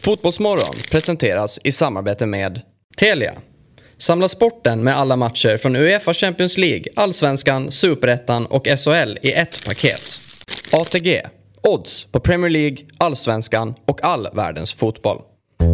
Fotbollsmorgon presenteras i samarbete med Telia. Samla sporten med alla matcher från UEFA Champions League, Allsvenskan, Superettan och SHL i ett paket. ATG. Odds på Premier League, Allsvenskan och all världens fotboll.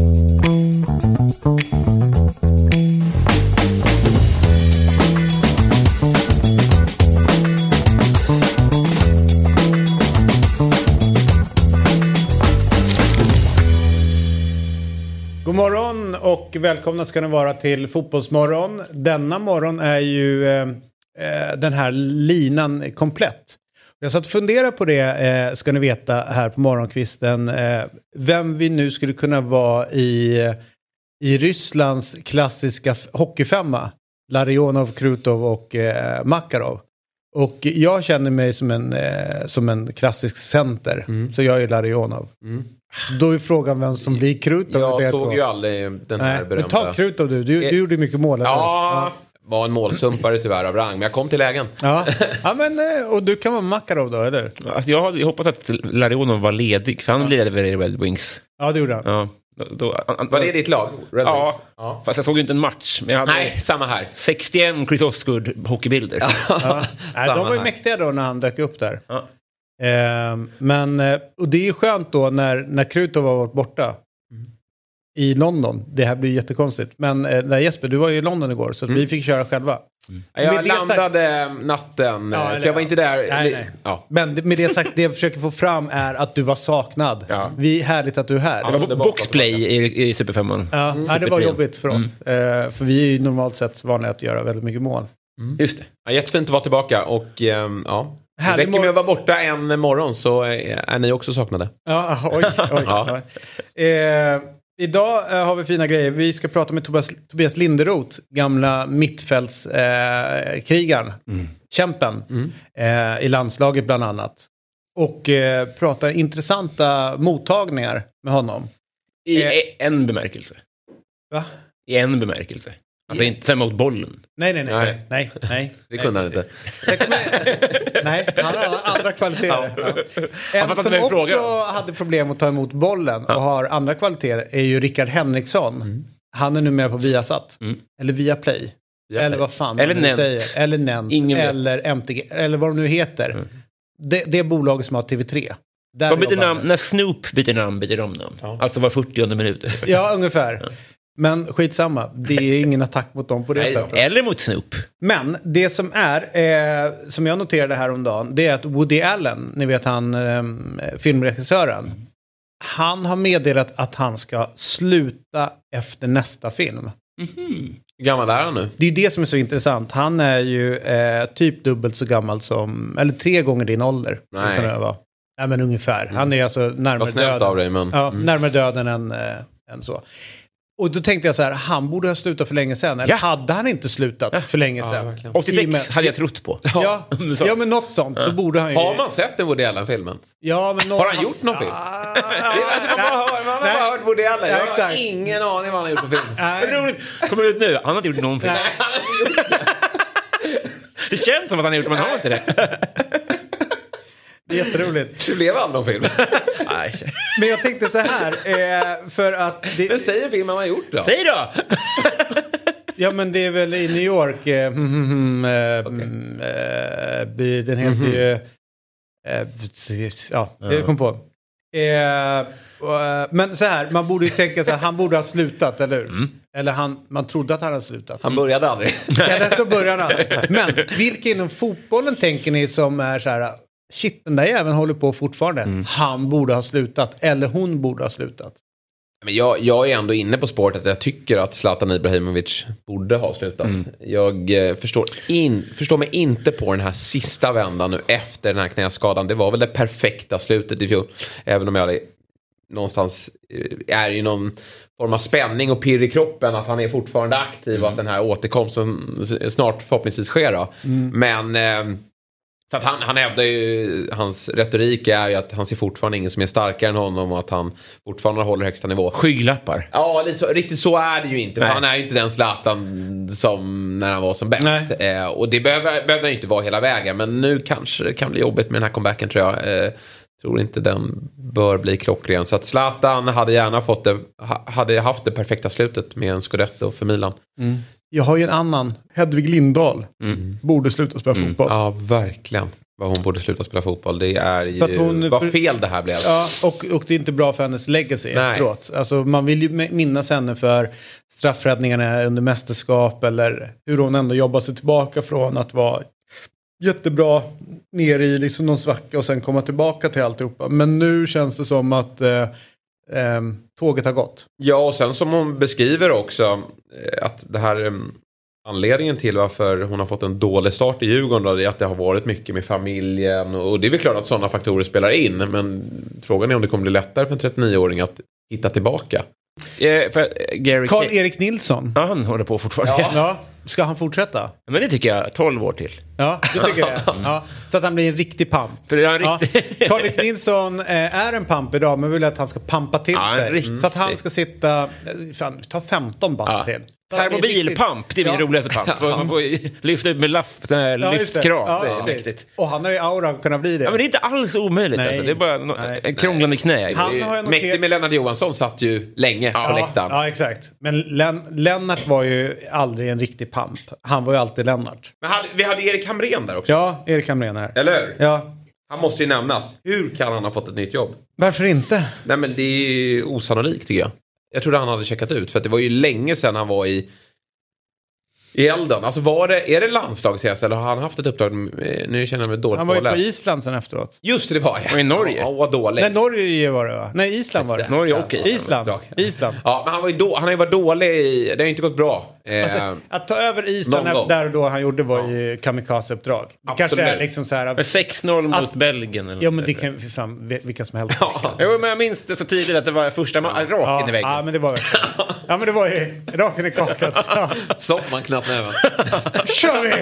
God morgon och välkomna ska ni vara till Fotbollsmorgon. Denna morgon är ju den här linan komplett. Jag satt och funderade på det, ska ni veta, här på morgonkvisten. Vem vi nu skulle kunna vara i Rysslands klassiska hockeyfemma. Larionov, Krutov och Makarov. Och jag känner mig som en klassisk center. Så jag är Larionov. Då är frågan vem som blir Krutov. Jag såg ju aldrig den här berömda. Men ta Krutov du gjorde mycket mål. Ja, var en målsumpare tyvärr av rang. Men jag kom till lägen. Ja, men och du kan vara Makarov då, eller? Alltså jag hade hoppats att Larionov var ledig. För han ledde väl i Red Wings. Ja, det gjorde han. Ja. Var det ditt lag? Red Wings? Ja, fast jag såg ju inte en match. Men jag hade Nej, samma här. 61 Chris Osgood hockeybilder. Nej, de var ju mäktiga då när han dök upp där. Ja. Men och det är ju skönt då när Krutov var borta i London. Det här blir jättekonstigt. Men där Jesper, du var ju i London igår så vi fick köra själva. Jag landade natten så jag var inte där. Nej. Ja. Men med det sagt, det jag försöker få fram är att du var saknad. Ja. Härligt att du är här. Det var boxplay i Superfemman. Ja, det var jobbigt för oss. För vi är ju normalt sett vanliga att göra väldigt mycket mål. Just det. Ja, jättefint att vara tillbaka och det räcker med att vara borta en morgon så är ni också saknade. Ja, oj. Idag har vi fina grejer. Vi ska prata med Tobias Linderoth, gamla mittfältskrigaren, kämpen i landslaget bland annat. Och prata intressanta mottagningar med honom. I en bemärkelse. Va? I en bemärkelse. Alltså inte mot bollen. Nej. Det kunde han inte. Nej, han har andra kvaliteter. En som också hade problem att ta emot bollen och har andra kvaliteter är ju Rickard Henriksson. Han är numera på Viasat. Eller Viaplay. Eller vad fan eller man säger. Eller Nent. Eller MTG. Eller vad de nu heter. Det bolaget som har TV3. Vad byter namn? När Snoop byter namn. Ja. Alltså var 40:e minut. Ja, ungefär. Ja. Men skitsamma, det är ingen attack mot dem på det sättet. Eller mot Snoop. Men det som är, som jag noterade häromdagen, det är att Woody Allen, ni vet han, filmregissören, han har meddelat att han ska sluta efter nästa film. Gammal är han nu? Det är det som är så intressant. Han är ju typ dubbelt så gammal som, eller 3 gånger din ålder. Nej. Nej, men ungefär. Han är alltså närmare döden. Av dig, men... närmare döden än så. Och då tänkte jag så här, han borde ha slutat för länge sedan. Eller hade han inte slutat för länge sedan? 86 hade jag trott på. Ja, men något sånt. Då borde han ju... Har man sett den Woody Allen-filmen? Ja, men har han gjort någon film? Man har bara hört Woody Allen. Jag har ingen aning vad han har gjort på film. Roligt. Kommer ut nu. Han har inte gjort någon film. Det känns som att han har gjort det, men han har inte det. Det är jätteroligt. Det blev aldrig någon film. Men jag tänkte så här, för att... Men säg en film man har gjort då. Säg då! Ja, men det är väl i New York. Den heter ju... jag kom på. Men så här, man borde ju tänka så här, han borde ha slutat, eller hur? Eller man trodde att han hade slutat. Han började aldrig. Eller så började han. Men vilka inom fotbollen tänker ni som är så här... Shit, den där jäveln håller på fortfarande. Han borde ha slutat. Eller hon borde ha slutat. Men jag är ändå inne på spåret att jag tycker att Zlatan Ibrahimovic borde ha slutat. Jag förstår mig inte på den här sista vändan nu efter den här knäskadan. Det var väl det perfekta slutet i fjol. Även om jag någonstans är i någon form av spänning och pirr i kroppen att han är fortfarande aktiv och att den här återkomsten snart förhoppningsvis sker då. Men... För att han hävdar ju, hans retorik är ju att han ser fortfarande ingen som är starkare än honom och att han fortfarande håller högsta nivå. Skygglappar. Ja, lite så, riktigt så är det ju inte. För han är ju inte den Zlatan som när han var som bäst. Och det behöver han ju inte vara hela vägen. Men nu kanske det kan bli jobbigt med den här comebacken, tror jag. tror inte den bör bli klockren. Så att Zlatan hade gärna hade haft det perfekta slutet med en Scudetto för Milan. Jag har ju en annan, Hedvig Lindahl. Borde sluta spela fotboll. Ja, verkligen. Vad hon borde sluta spela fotboll. Det är ju... Vad fel det här blev. Ja, och det är inte bra för hennes legacy efteråt. Alltså, man vill ju minnas henne för straffräddningarna under mästerskap. Eller hur hon ändå jobbar sig tillbaka från att vara jättebra ner i liksom någon svacka och sen komma tillbaka till alltihopa. Men nu känns det som att tåget har gått. Ja, och sen som hon beskriver också att det här anledningen till varför hon har fått en dålig start i Djurgården då, är att det har varit mycket med familjen och det är väl klart att sådana faktorer spelar in, men frågan är om det kommer bli lättare för en 39-åring att hitta tillbaka. Karl-Erik Nilsson. Ja, han håller på fortfarande. Ja. Ska han fortsätta? Men det tycker jag, 12 år till. Ja, det tycker jag. Ja, så att han blir en riktig pamp. För det är en riktig... Karl-Erik Nilsson är en pamp idag, men vill att han ska pampa till sig. Så att han ska sitta, ta 15 bass till. Permobilpamp, det är min roligaste pamp. Man får lyfta ut med lyftkrav. Ja, det är mäktigt. Och han har ju aura att kunna bli det. Ja, men det är inte alls omöjligt. Alltså. Det är bara en krånglande knä. Mäktigt med Lennart Johansson satt ju länge på läktaren. Ja, exakt. Men Lennart var ju aldrig en riktig pamp. Han var ju alltid Lennart. Men vi hade Erik Hamrén där också. Ja, Erik Hamrén här. Eller hur? Ja. Han måste ju nämnas. Hur kan han ha fått ett nytt jobb? Varför inte? Nej, men det är osannolikt tycker jag. Jag trodde han hade checkat ut. För att det var ju länge sedan han var i elden. Alltså är det landslags eller har han haft ett uppdrag? Nu känner jag mig dåligt. Han var ju på Island sen efteråt. Just det var jag. Och i Norge. Ja, vad dåligt. Nej, Norge var det va? Nej, Island var det. Norge och Island. Ja, men han har ju varit dålig i... Det har inte gått bra. Alltså, att ta över Island där och då han gjorde var ju kamikaze-uppdrag. Det kanske är liksom så här... 6-0 mot Belgien. Eller ja, men det kan ju fram vilka som helst. Jo, men jag minns det så tydligt att det var första rakt in i väggen. Ja, men det var ja, men det var ju rakt in i kaklet. Som man knappt näven. Kör vi!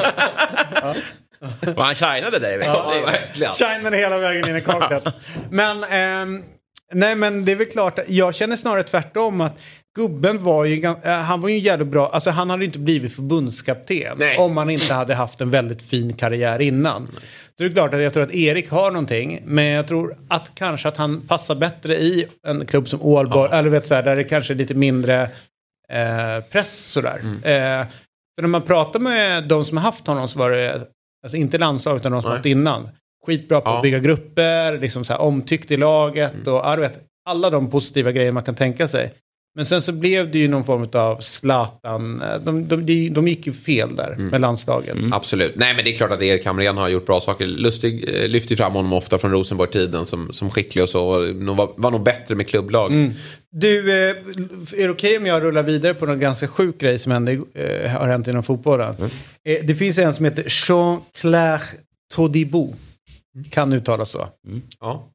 Och han shinade dig. Verkligen. Shinade hela vägen in i kaklet. Men, nej, men det är väl klart. Jag känner snarare tvärtom att gubben var ju, han var ju jävligt bra. Alltså han hade inte blivit förbundskapten om han inte hade haft en väldigt fin karriär innan. Så det är klart att jag tror att Erik har någonting, men jag tror att kanske att han passar bättre i en klubb som Ålborg, eller vet så här, där det kanske är lite mindre press sådär. För när man pratar med de som har haft honom så var det, alltså inte landslaget utan de som har haft innan. Skitbra på att bygga grupper, liksom så här, omtyckt i laget och alla de positiva grejer man kan tänka sig. Men sen så blev det ju någon form av Zlatan. De gick ju fel där med landslagen. Absolut. Nej, men det är klart att Erik Hamrén har gjort bra saker. Lustig lyfter fram honom ofta från Rosenborg-tiden som skicklig och så. Var nog bättre med klubblag. Du, är det okej om jag rullar vidare på någon ganska sjuk grej som har hänt inom fotbollen? Det finns en som heter Jean-Claire Todibo. Kan uttalas så. Ja.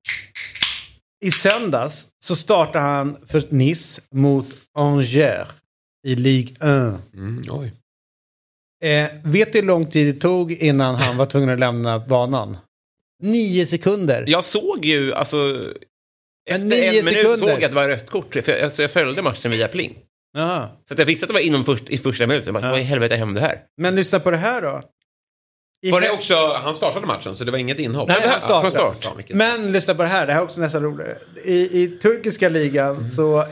I söndags så startar han för Nice mot Angers i Ligue 1. Oj. Vet du hur lång tid det tog innan han var tvungen att lämna banan? 9 sekunder. Jag såg ju, alltså... Efter 9 en minut sekunder. såg jag att det var rött kort. För jag följde matchen via pling. Aha. Så att jag visste att det var inom i första minuten. Vad i helvete hände här? Men lyssna på det här då. Var det också, han startade matchen så det var inget inhopp? Nej, han startade. Men lyssna på det här är också nästan roligt. I turkiska ligan så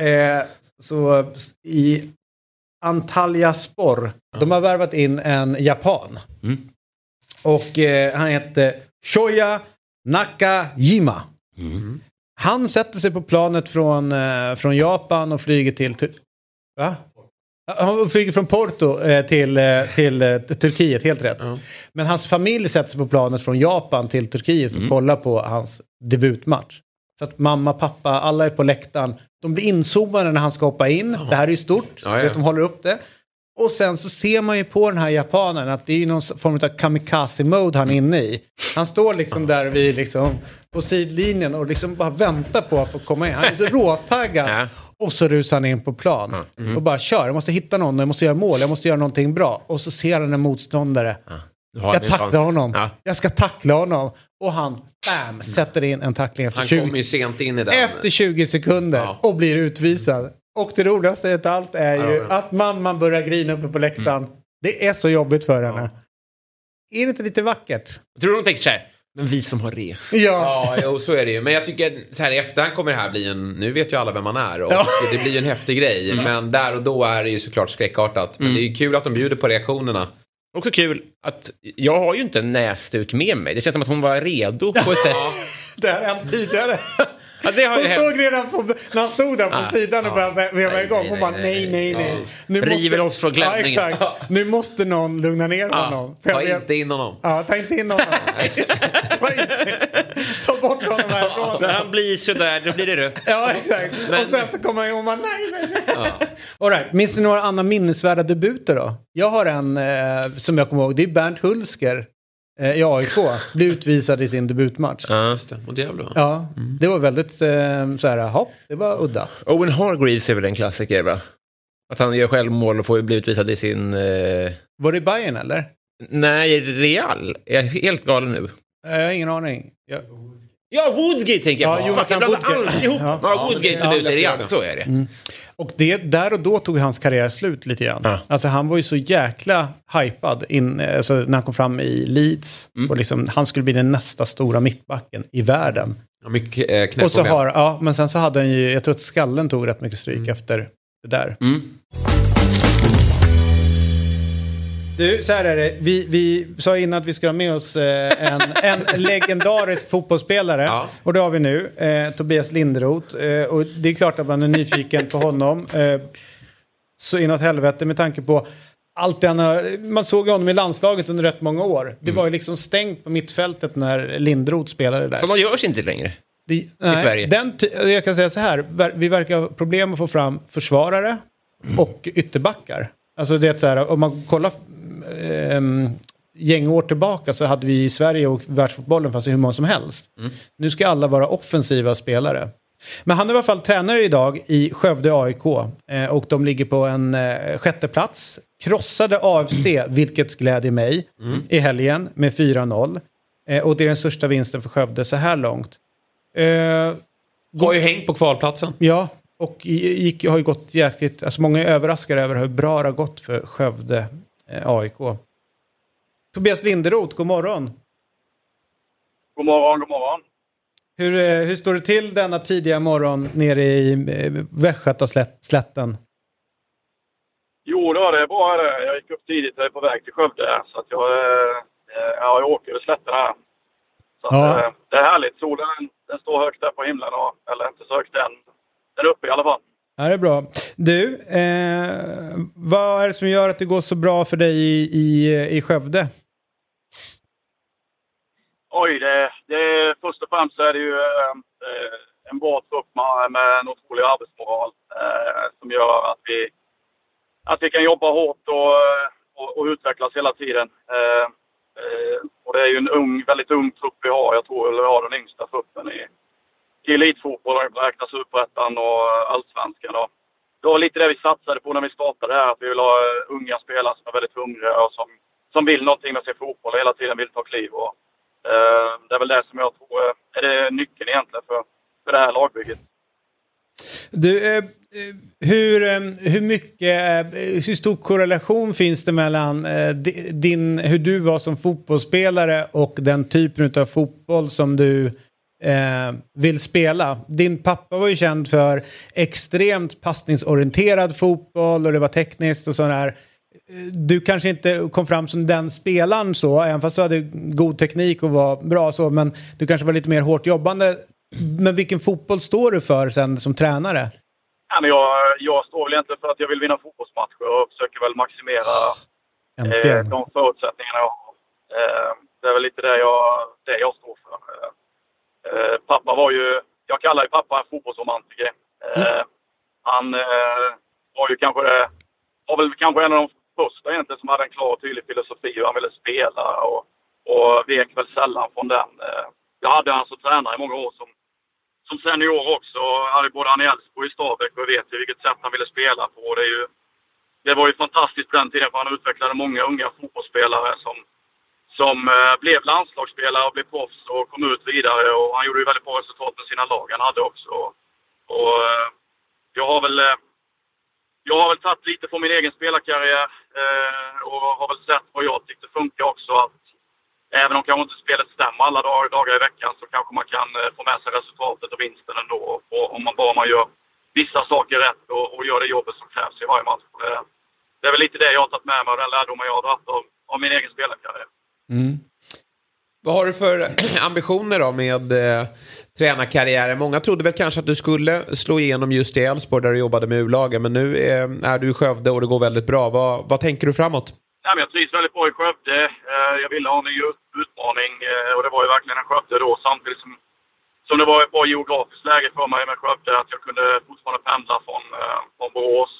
i Antalyaspor de har värvat in en japan. Och han heter Shoya Nakajima. Han sätter sig på planet från Japan och flyger till han flyger från Porto till Turkiet, helt rätt. Men hans familj sätter sig på planet från Japan till Turkiet för att kolla på hans debutmatch. Så att mamma, pappa, alla är på läktaren. De blir inzoomade när han ska hoppa in. Det här är ju stort. De håller upp det. Och sen så ser man ju på den här japanen att det är ju någon form av kamikaze-mode han är inne i. Han står liksom där vid liksom på sidlinjen och liksom bara väntar på att få komma in. Han är så råtaggad. Och så rusar han in på plan. Och bara kör, jag måste hitta någon, jag måste göra mål, jag måste göra någonting bra. Och så ser han en motståndare. Jag tacklar honom. Jag ska tackla honom. Och han, bam, sätter in en tackling efter 20. Han kommer ju sent in i den. Efter 20 sekunder och blir utvisad. Och det roligaste av allt är ju att mamman börjar grina uppe på läktaren. Det är så jobbigt för henne. Är det inte lite vackert? Jag tror de tänkte så här. Men vi som har rest. Ja, jo, så är det ju. Men jag tycker så här i efterhand kommer det här bli nu vet ju alla vem man är och det blir ju en häftig grej. Men där och då är det ju såklart skräckartat. Men det är ju kul att de bjuder på reaktionerna. Också kul att jag har ju inte en näsduk med mig. Det känns som att hon var redo på ett sätt. Det här är tidigare. Ja, det har hon såg redan när han stod där på sidan och började veva igång. Hon bara nej. Nu river oss från klänningen. Ja, exakt. Nu måste någon lugna ner honom. Ta inte in honom. Ja, ta inte in honom. Ta bort honom härifrån. När han blir så där, då blir det rött. Ja, exakt. Men... Och sen så kommer han och man nej. All right. Minns ni några andra minnesvärda debuter då? Jag har en som jag kommer ihåg. Det är Bernt Hulsker. I AIK blev utvisad i sin debutmatch. Just det. Och jävlar. Ja, det var väldigt så här, det var udda. Owen Hargreaves är väl en klassiker, va? Att han gör självmål och får bli utvisad i sin... Var det Bayern eller? Nej, Real. Jag är helt galen nu. Jag har ingen aning. Ja, Woodgate tänker jag på. Jonathan Woodgate. Woodgate är Real, så är det. Och där och då tog hans karriär slut lite grann. Alltså han var ju så jäkla hypad alltså, när han kom fram i Leeds. Och liksom, han skulle bli den nästa stora mittbacken i världen. Ja, mycket knäpp och så men sen så hade han ju, jag tror att skallen tog rätt mycket stryk efter det där. Du, så här är det. Vi sa innan att vi ska ha med oss en legendarisk fotbollsspelare. Ja. Och det har vi nu. Tobias Linderoth. Och det är klart att man är nyfiken på honom. Så inåt helvete med tanke på allt man såg honom i landslaget under rätt många år. Det var ju liksom stängt på mittfältet när Linderoth spelade där. Så de görs inte längre i Sverige? Jag kan säga så här. Vi verkar ha problem att få fram försvarare och ytterbackar. Alltså det är så här, om man kollar gäng år tillbaka så hade vi i Sverige och världsfotbollen fanns hur många som helst. Nu ska alla vara offensiva spelare. Men han är i alla fall tränare idag i Skövde AIK och de ligger på en sjätte plats. Krossade AFC, vilket glädjer mig, i helgen med 4-0. Och det är den största vinsten för Skövde så här långt. Har ju hängt på kvalplatsen. Ja. Och har ju gått jäkligt... Alltså många är överraskade över hur bra det har gått för Skövde AIK. Tobias Linderoth, god morgon. God morgon. Hur står det till denna tidiga morgon nere i Västgötaslätten? Jo då, det är bra det. Jag gick upp tidigt och är på väg till Skövde. Så att jag åker över slätten här. Så att, det är härligt. Solen den står högt där på himlen. Eller inte så högt än. Den är uppe i alla fall. Ja, det är bra. Du, vad är det som gör att det går så bra för dig i Skövde? Oj, först och främst så är det ju en bra trupp med en otrolig arbetsmoral som gör att vi kan jobba hårt och utvecklas hela tiden. Och det är ju en väldigt ung trupp vi har. Jag tror vi har den yngsta truppen i elitfotboll och räknas Superettan och Allsvenskan. Det var lite det vi satsade på när vi startade här. Att vi vill ha unga spelare som är väldigt hungriga och som vill någonting med sin fotboll och hela tiden vill ta kliv. Och, det är väl det som jag tror är det nyckeln egentligen för det här lagbygget. Du, hur stor korrelation finns det mellan hur du var som fotbollsspelare och den typen av fotboll som du vill spela? Din pappa var ju känd för extremt passningsorienterad fotboll och det var tekniskt och sådär. Du kanske inte kom fram som den spelaren så, även fast du hade god teknik och var bra så, men du kanske var lite mer hårt jobbande. Men vilken fotboll står du för sen som tränare? Ja, men jag står väl egentligen för att jag vill vinna fotbollsmatcher och försöker väl maximera de förutsättningarna. Det är väl lite det jag står för. Pappa jag kallar ju pappa en fotbollsromantiker. Han var väl kanske en av de första egentligen som hade en klar och tydlig filosofi hur han ville spela och vek väl sällan från den. Jag hade han som tränare i många år som senior också. Hade både han i Älvsborg och i Stabäck och vet vilket sätt han ville spela på. Det var ju fantastiskt på den tiden för han utvecklade många unga fotbollsspelare som blev landslagsspelare och blev proffs och kom ut vidare. Och han gjorde ju väldigt bra resultat med sina lag han hade också. Och jag har väl tagit lite från min egen spelarkarriär och har väl sett vad jag tyckte funkar också. även om kanske inte spelet stämmer alla dagar i veckan, så kanske man kan få med sig resultatet och vinsten ändå. Och om man gör vissa saker rätt och gör det jobbet som krävs i varje match. Det är väl lite det jag har tagit med mig och den lärdomen jag har dragit av min egen spelarkarriär. Mm. Vad har du för ambitioner då med tränarkarriären? Många trodde väl kanske att du skulle slå igenom just i Elfsborg där du jobbade med U-lagen, men nu är du i Skövde och det går väldigt bra. Vad tänker du framåt? Ja, men jag trivs väldigt bra i Skövde. Jag ville ha en ny utmaning och det var ju verkligen en Skövde då, samtidigt som det var ett bra geografiskt läge för mig med Skövde, att jag kunde fortfarande pendla från Borås.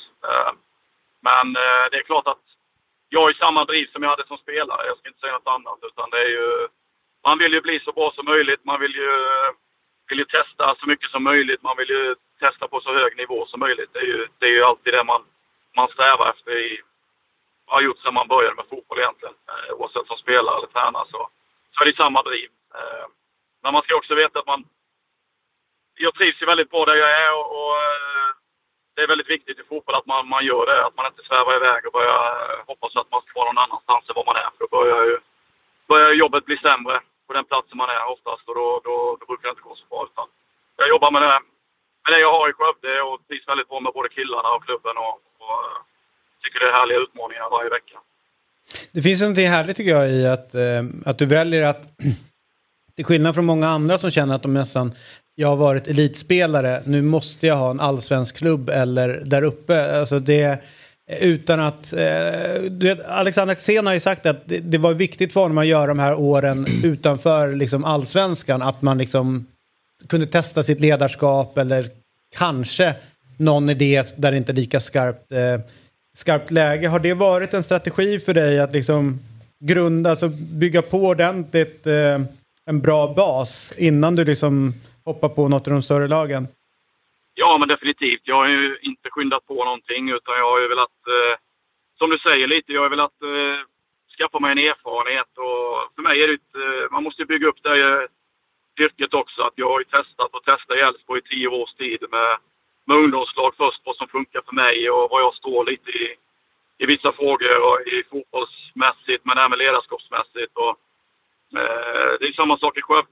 Men det är klart att jag har ju samma driv som jag hade som spelare. Jag ska inte säga något annat, utan det är ju, man vill ju bli så bra som möjligt. Man vill ju testa så mycket som möjligt. Man vill ju testa på så hög nivå som möjligt. Det är ju alltid det man strävar efter har gjort sedan man började med fotboll egentligen. Oavsett som spelare eller tränare så är det samma driv. Men man ska också veta att jag trivs ju väldigt bra där jag är och det är väldigt viktigt i fotboll att man gör det. Att man inte svävar iväg och börjar hoppas att man ska vara någon annanstans än vad man är. För då börjar jobbet bli sämre på den platsen man är oftast. Och då brukar det inte gå så bra. Utan jag jobbar med det jag har i Skövde och trivs väldigt bra med både killarna och klubben. Och tycker det är härliga utmaningar varje vecka. Det finns någonting härligt tycker jag i att du väljer att till skillnad från många andra som känner att de nästan jag har varit elitspelare, nu måste jag ha en allsvensk klubb eller där uppe. Alltså det utan att du vet, Alexander Axén har ju sagt att det var viktigt för honom att göra de här åren utanför liksom allsvenskan, att man liksom kunde testa sitt ledarskap eller kanske någon idé där det inte är lika skarpt läge. Har det varit en strategi för dig att liksom bygga på ordentligt en bra bas innan du liksom hoppar på något av de större lagen? Ja, men definitivt. Jag har ju inte skyndat på någonting, utan jag har ju velat, som du säger lite, jag har velat skaffa mig en erfarenhet. Och för mig är det man måste bygga upp det yrket också. Att jag har ju testat i Elfsborg i 10 års tid med ungdomslag först, vad som funkar för mig och vad jag står lite i vissa frågor och i fotbollsmässigt, men även ledarskapsmässigt. Och det är samma sak i Skövde.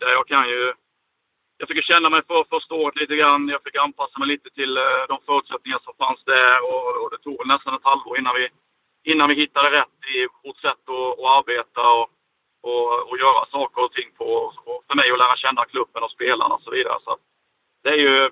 Jag fick känna mig för första året lite grann. Jag fick anpassa mig lite till de förutsättningar som fanns där. Och det tog nästan ett halvår innan vi hittade rätt i vårt sätt att arbeta och göra saker och ting på. Och för mig att lära känna klubben och spelarna och så vidare. Så det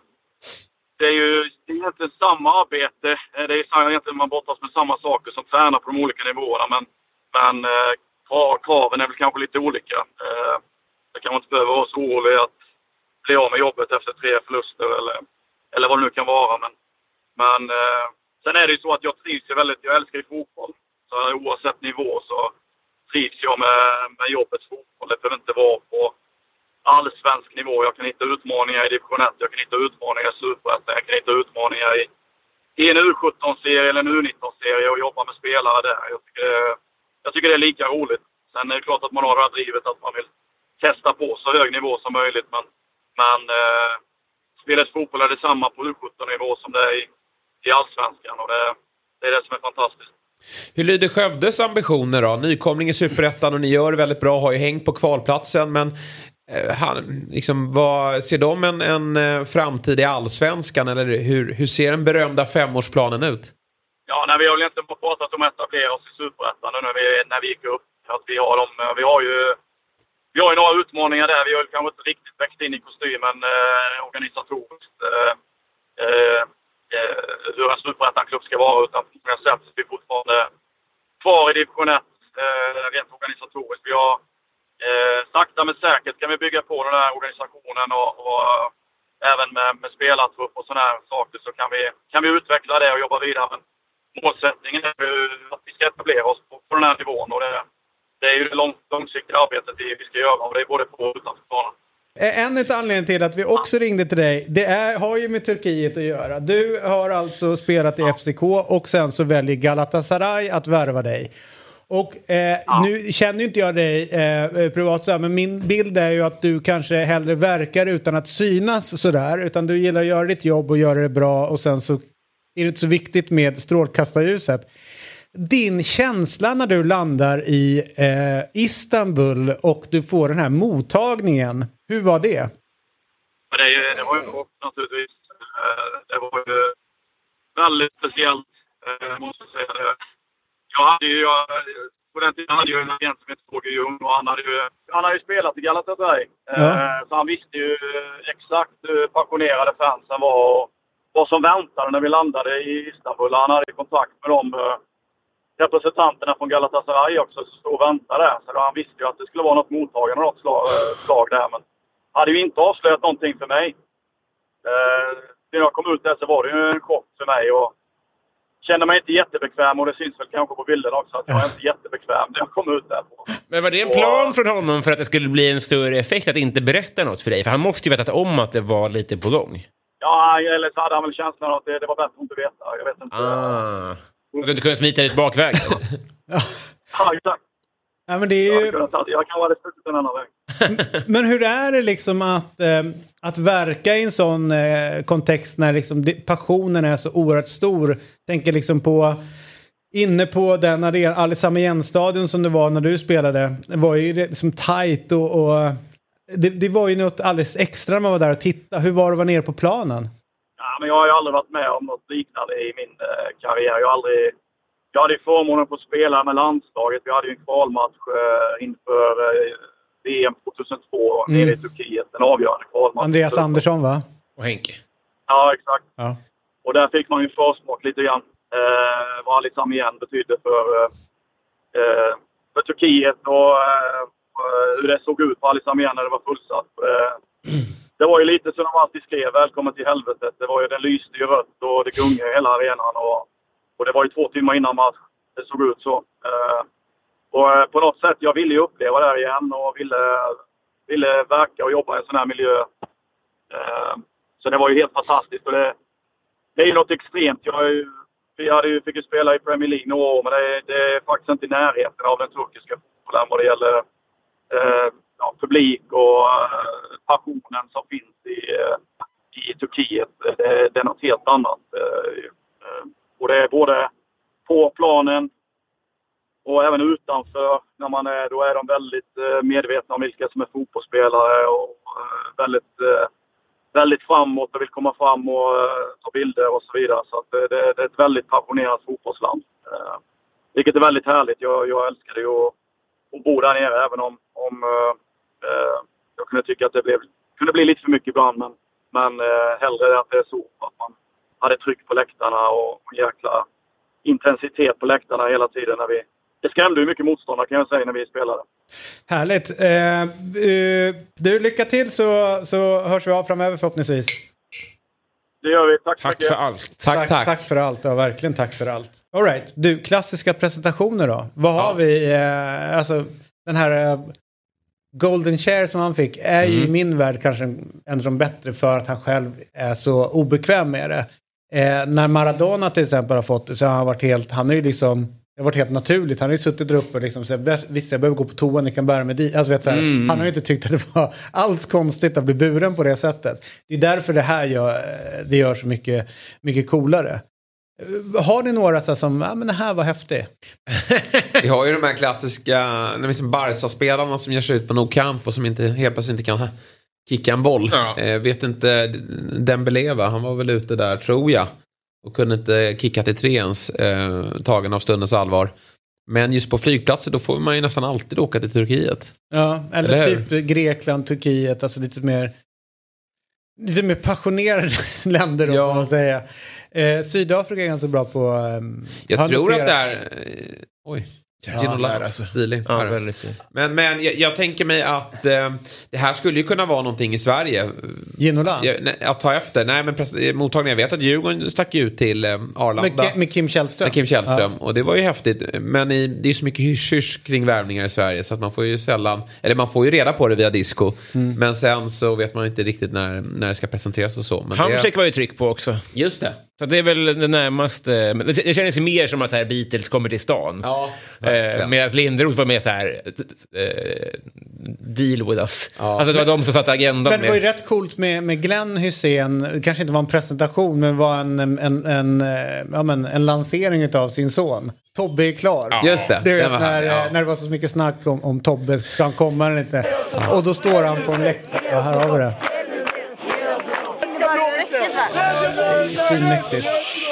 är ju egentligen samma arbete. Det är egentligen man brottas med samma saker som tränar på de olika nivåerna. Men kraven är väl kanske lite olika. Det kan man inte behöva vara så orolig att bli av med jobbet efter 3 förluster eller vad det nu kan vara. Men sen är det ju så att jag trivs ju väldigt, jag älskar ju fotboll. Så oavsett nivå så trivs jag med jobbets fotboll. Det behöver inte vara på allsvensk nivå. Jag kan hitta utmaningar i division 1, jag kan hitta utmaningar i Superettan, jag kan hitta utmaningar i en U17-serie eller en U19-serie och jobba med spelare där. Jag tycker det är lika roligt. Sen är det klart att man har det här drivet att man vill testa på så hög nivå som möjligt. Men spelets fotboll är detsamma på U17-nivå som det är i allsvenskan. Och det är det som är fantastiskt. Hur lyder Skövdes ambitioner då? Nykomling i Superettan och ni gör det väldigt bra, har ju hängt på kvalplatsen. Men ser de en framtid i allsvenskan? Eller hur ser den berömda 5-årsplanen ut? Ja, vi har väl inte pratat om att etablera oss i Superettan när vi gick upp. Att vi har ju några utmaningar där. Vi har kanske inte riktigt växt in i kostymen organisatoriskt. Hur en Superettan-klubb ska vara, utan på något sätt är vi fortfarande kvar i division 1 rent organisatoriskt. Vi har sakta men säkert kan vi bygga på den här organisationen och även med spelartrupp och sådana här saker så kan vi utveckla det och jobba vidare. Men målsättningen är att vi ska etablera oss på den här nivån och det är ju det långsiktiga arbetet vi ska göra och det är både på och utanför planen. En av anledningarna till att vi också ringde till dig, har ju med Turkiet att göra. Du har alltså spelat i FCK och sen så väljer Galatasaray att värva dig. Och nu känner inte jag dig privat, men min bild är ju att du kanske hellre verkar utan att synas sådär. Utan du gillar att göra ditt jobb och göra det bra och sen så är det inte så viktigt med strålkastarljuset. din känsla när du landar i Istanbul och du får den här mottagningen, hur var det? Det var ju naturligtvis det var ju väldigt speciellt, måste jag säga det. På den tiden hade jag en agent som heter Roger Ljung och han hade ju spelat i Galatasaray. Så han visste ju exakt hur passionerade fansen var och vad som väntade när vi landade i Istanbul. Han hade kontakt med de representanterna från Galatasaray också som stod och väntade. Så då han visste ju att det skulle vara något mottagande och något slag där. Men hade ju inte avslöjat någonting för mig. När jag kom ut där så var det ju en chock för mig och kände mig inte jättebekväm och det syns väl kanske på bilden också att jag är inte jättebekväm när jag kom ut där. Men var det en plan från honom för att det skulle bli en större effekt att inte berätta något för dig? För han måste ju vetat om att det var lite på gång. Ja, eller så hade han väl känslan att det var bättre att inte veta. Jag vet inte. Du inte kunde smita dit bakväg. Ja, exakt. Ja, men det är ju... Jag kan vara det stort en annan väg. Men hur är det liksom att verka i en sån kontext när liksom passionen är så oerhört stor? Tänker liksom inne på den arena, Al-Samayyan-stadion som det var när du spelade. Det var ju liksom tajt och det var ju något alldeles extra när man var där och tittade. Hur var det att vara nere på planen? Ja, men jag har ju aldrig varit med om något liknande i min karriär. Jag hade ju förmånen på att spela med landslaget. Vi hade ju en kvalmatch inför VM 2002 nere i Turkiet. En avgörande kvalmatch. Andreas Andersson, va? Och Henke. Ja, exakt. Ja. Och där fick man ju försmak lite grann. Vad Al-Samayyan betydde för Turkiet och hur det såg ut på Al-Samayyan när det var fullsatt. Det var ju lite som de alltid skrev, välkommen till helvetet. Det var ju, den lyste ju rött och det gungade hela arenan. Och det var ju 2 timmar innan match. Det såg ut så. Och på något sätt, jag ville ju uppleva det här igen och ville verka och jobba i en sån här miljö. Så det var ju helt fantastiskt. Och det är ju något extremt. Fick ju spela i Premier League några år, men det är faktiskt inte i närheten av den turkiska fotbollen vad det gäller publik och passionen som finns i Turkiet. Det är något helt annat. Och det är både på planen och även utanför. När man då är de väldigt medvetna om vilka som är fotbollsspelare och väldigt framåt och vill komma fram och ta bilder och så vidare. Så att det är ett väldigt passionerat fotbollsland. Vilket är väldigt härligt. Jag älskar det att bo där nere, även om jag kunde tycka att det kunde bli lite för mycket ibland. Men hellre att det är så att man hade tryck på läktarna och jäkla intensitet på läktarna hela tiden. Det skrämde ju mycket motståndare, kan jag säga, när vi spelade. Härligt. Du, lycka till så hörs vi av framöver förhoppningsvis. Det gör vi. Tack för allt. Tack för allt. Ja, verkligen tack för allt. All right. Du, klassiska presentationer då. Vad har vi? Den här Golden Chair som han fick är ju i min värld kanske en av de bättre för att han själv är så obekväm med det. När Maradona till exempel har fått det så har han varit helt, han är ju liksom, det har varit helt naturligt. Han har ju suttit där uppe och liksom så visst, jag behöver gå på toa, ni kan bära mig dit. Alltså, vet, så här, han har ju inte tyckt att det var alls konstigt att bli buren på det sättet. Det är därför det här gör så mycket, mycket coolare. Har ni några så som, men det här var häftigt? Vi har ju de här klassiska Barca-spelarna som ger sig ut på no camp och som helt plötsligt inte kan kicka en boll. Ja. Vet inte, Dembélé, han var väl ute där, tror jag. Och kunde inte kicka till 3 ens, tagen av stundens allvar. Men just på flygplatser då får man ju nästan alltid åka till Turkiet. Ja, eller typ Grekland, Turkiet, alltså lite mer passionerade länder då, kan man säga. Sydafrika är ganska bra på... jag tror att det är... Oj. Ginola, stilig. Ja, väldigt stilig. Men jag tänker mig att det här skulle ju kunna vara någonting i Sverige. Ginola? Att ta efter. Nej, men mottagningen. Jag vet att Djurgården stack ut till Arlanda. Med Kim Källström. Ja. Och det var ju häftigt. Men det är så mycket hysch kring värvningar i Sverige. Så att man får ju sällan... Eller man får ju reda på det via disco. Men sen så vet man inte riktigt när det ska presenteras och så. Men Hamsik var ju tryck på också. Just det. Så det är väl det närmaste. Det känns ju mer som att här Beatles kommer till stan. Ja, medan Linderoth var mer så här deal with us. Ja. Alltså det var de som satte agendan. Men det var ju rätt coolt med Glenn Hysén. Det kanske inte var en presentation, men var en lansering av sin son. Tobbe är klar. Ja. Just det. När det var så mycket snack om Tobbe, ska han komma eller inte? Ja. Och då står han på en läktare. Ja, här har vi det. Det är ju svinmäktigt.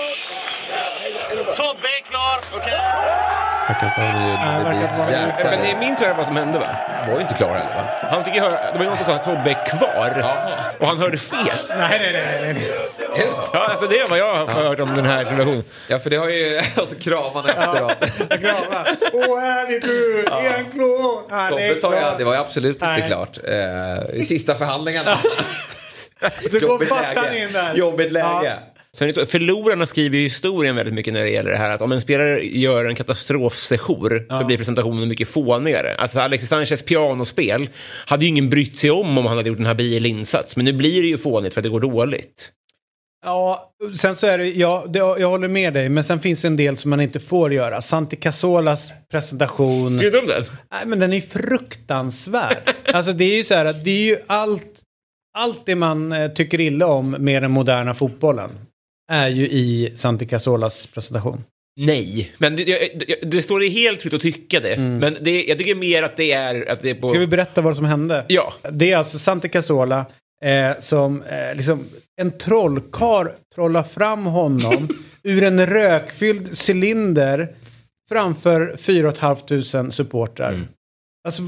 Tobbe är klar, okej. Jag kan inte ha någon ljud. Men ni minns vad som hände, va? Han var ju inte klar heller, va? Han fick ju höra, det var någon som sa att Tobbe är kvar. Jaha. Och han hörde fel. Nej. Ja, alltså det är vad jag har hört om den här situationen. Ja, för det har ju alltså kramarna efteråt. Kramar. Är du klar? Tobbe sa ju att det var ju absolut inte klart. I sista förhandlingarna. Så går fast in där. Jobbigt läge. Ja. Sen, förlorarna skriver ju historien väldigt mycket när det gäller det här. Att om en spelare gör en katastrofsejour så blir presentationen mycket fånigare. Alltså Alexis Sanchez pianospel hade ju ingen brytt sig om han hade gjort den här bilinsats. Men nu blir det ju fånigt för att det går dåligt. Ja, sen så är det, jag håller med dig, men sen finns det en del som man inte får göra. Santi Cazorlas presentation. Tycker du om den? Nej, men den är fruktansvärd. Alltså det är ju så här att det är ju allt det man tycker illa om med den moderna fotbollen är ju i Santi Cazorlas presentation. Nej, men det står det helt fritt att tycka det. Men jag tycker mer att det är på... Ska vi berätta vad som hände? Ja. Det är alltså Santi Cazorla som liksom en trollkarl trollar fram honom ur en rökfylld cylinder framför 4 500 supportrar. Alltså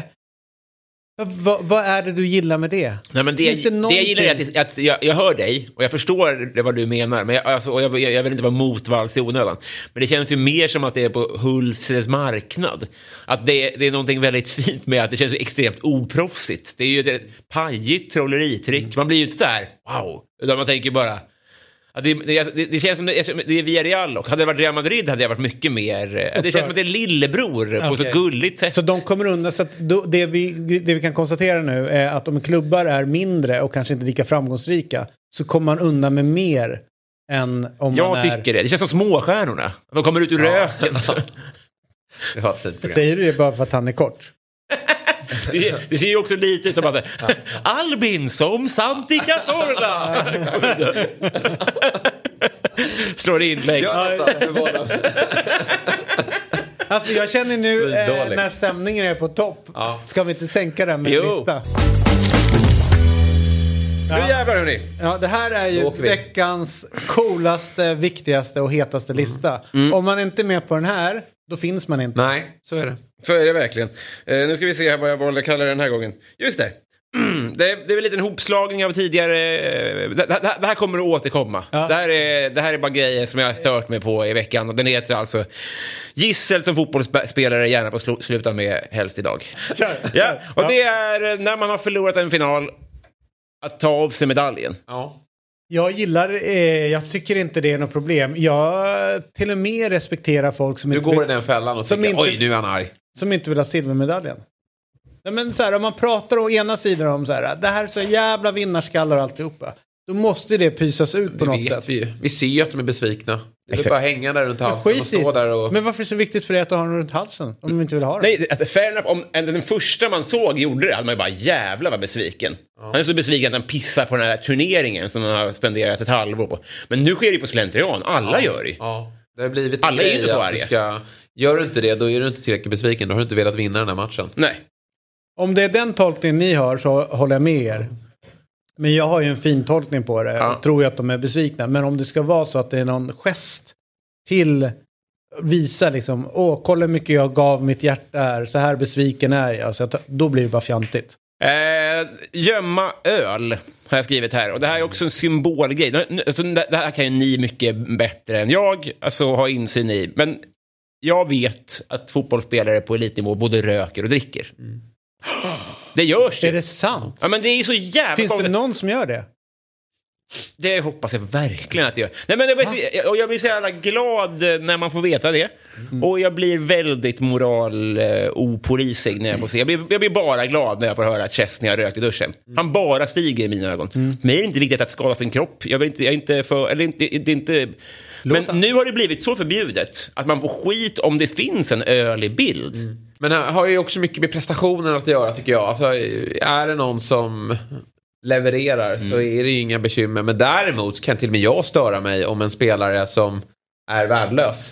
vad är det du gillar med det? Nej, men det jag gillar är att jag hör dig och jag förstår vad du menar, men jag vill inte vara motvalls i onödan. Men det känns ju mer som att det är på Hultsfreds marknad. Att det är någonting väldigt fint med att det känns så extremt oproffsigt. Det är ju ett pajigt trolleritrick. Man blir ju inte så här, wow. Utan man tänker bara... Det känns som det är Villarreal, och hade det varit Real Madrid hade jag varit mycket mer. Det känns som att det är lillebror på så gulligt sätt. Så de kommer undan, så att det vi kan konstatera nu är att om klubbar är mindre och kanske inte lika framgångsrika så kommer man undan med mer än om jag man är... Jag tycker det. Det känns som småstjärnorna. De kommer ut ur röken. Det var ett fint program. Säger du det bara för att han är kort? Det ser ju också lite ut som att Albin som Santi Cazorla slår inlägg. Alltså jag känner nu när stämningen är på topp. Ska vi inte sänka den med en lista? Nu jävlar hörni. Ja, det här är ju veckans coolaste, viktigaste och hetaste lista. Om man inte är med på den här, då finns man inte. Nej, så är det. Så är det verkligen. Nu ska vi se vad jag valde att kalla den här gången. Just det. Det är väl en liten hopslagning av tidigare... Det här kommer att återkomma. Ja. Det här är bara grejer som jag har stört mig på i veckan. Och den heter alltså Gissel som fotbollsspelare gärna får sluta med helst idag. Kör. Ja. Och det är när man har förlorat en final att ta av sig medaljen. Ja. Jag tycker inte det är något problem. Jag till och med respekterar folk som du inte går i den fällan och tycker, oj nu är han arg. Som inte vill ha silvermedaljen. Nej, men så här, om man pratar å ena sidan om så här, det här är så jävla vinnarskallar och alltihopa. Då måste det pysas ut på något sätt. Vi ser ju att de är besvikna. Det är bara hänga där runt halsen och stå där och... Men varför är det så viktigt för dig att du har den runt halsen? Om de inte vill ha den? Nej, alltså, fair enough. Om den första man såg gjorde det hade man ju bara jävla var besviken. Ja. Han är så besviken att han pissar på den här turneringen som han har spenderat ett halvår på. Men nu sker det ju på slentrian. Alla gör det. Ja. Det har blivit alla är inte så arga. Gör du inte det, då är du inte tillräckligt besviken. Då har du inte velat vinna den här matchen. Nej. Om det är den tolkningen ni har så håller jag med er. Men jag har ju en fin tolkning på det. Jag tror ju att de är besvikna. Men om det ska vara så att det är någon gest till visa liksom, kolla hur mycket jag gav mitt hjärta här. Så här besviken är jag. Så då blir det bara fjantigt. Gömma öl har jag skrivit här. Och det här är också en symbolgrej. Alltså, det här kan ju ni mycket bättre än jag ha insyn i. Men jag vet att fotbollsspelare på elitnivå både röker och dricker. Det görs ju. Är det sant? Ja, men det är så jävla... Finns det någon som gör det? Det hoppas jag verkligen att jag gör. Nej, men jag blir så jävla glad när man får veta det. Och jag blir väldigt opolisig när jag får se. Jag blir bara glad när jag får höra att Chesney har rökt i duschen. Han bara stiger i mina ögon. Men det är inte viktigt att skada sin kropp. Jag är inte för... Eller inte, det är inte... Men nu har det blivit så förbjudet att man får skit om det finns en öl i bild. Men det har ju också mycket med prestationen att göra, tycker jag. Alltså, är det någon som levererar så är det ju inga bekymmer. Men däremot kan till och med jag störa mig om en spelare som är värdelös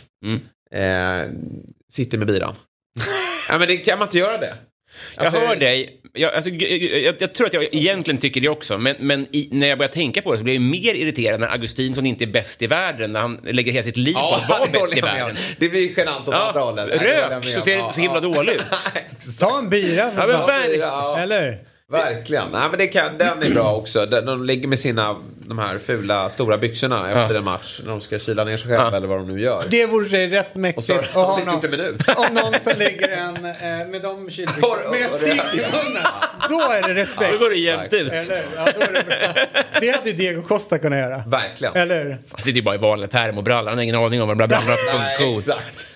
sitter med biran. Ja, men det kan man inte göra det. Alltså, jag hör dig. Jag tror att jag egentligen tycker det också. Men när jag börjar tänka på det så blir jag mer irriterad när Augustinsson inte är bäst i världen. När han lägger hela sitt liv på att vara bäst i världen. Det blir genant åt andra hållet. Rök så ser det inte så himla dåligt ut. Ta en bira för eller? Verkligen. Nej, men den är bra också. De ligger med de här fula stora byxorna efter en match. När de ska kyla ner sig själva eller vad de nu gör. Det vore sig rätt mäktigt. Och så har de inte minut. Om någon som lägger med de kylbyxorna med cigg i munnen. Då är det respekt. Ja, då går det jämnt ut. Eller? Ja, då är det hade Diego Costa kunnat göra. Verkligen. Eller? Han sitter ju bara i vanliga termobrallor. Han har ingen aning om vad de där brallorna för funktion. Exakt.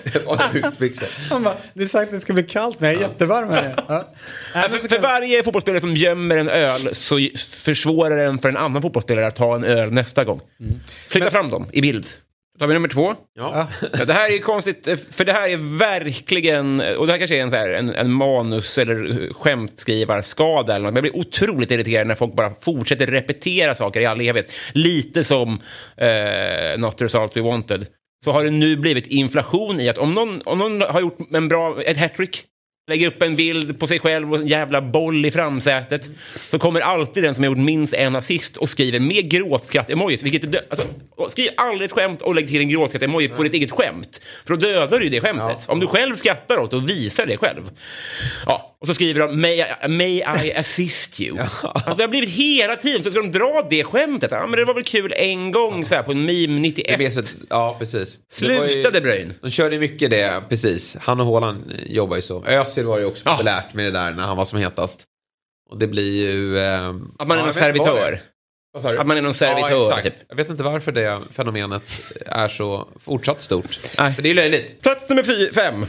Han bara, det är sagt att det ska bli kallt men jag är jättevarm här. Ja. För varje fotbollsspelare som gömmer en öl så försvårar den för en annan fotbollsspelare att ta en öl nästa gång. Flytta fram dem i bild. Då har vi nummer 2. Ja, det här är konstigt, för det här är verkligen, och det här kanske är en manus eller skämtskrivarskada eller något, men jag blir otroligt irriterad när folk bara fortsätter repetera saker i all evighet. Lite som Not the Result We Wanted. Så har det nu blivit inflation i att om någon har gjort ett hattrick, lägger upp en bild på sig själv och en jävla boll i framsätet, så kommer alltid den som har gjort minst en assist och skriver med gråtskratt-emojis, skriv aldrig ett skämt och lägg till en gråtskratt-emoji på ditt eget skämt, för då dödar du det skämtet. Om du själv skrattar åt och visar det själv. Ja, och så skriver de may I assist you. Alltså, det har blivit hela tiden så ska de dra det skämtet. Ja, men det var väl kul en gång så här på en meme 91. Ja, precis. Sluta De Bruyne. De körde mycket det, precis. Han och Haaland jobbar ju så. Özil var ju också populärt med det där när han var som hetast. Och det blir ju... att man är någon servitör. Att man är någon servitör. Typ. Jag vet inte varför det fenomenet är så fortsatt stort. Nej. För det är löjligt. Plats nummer 5.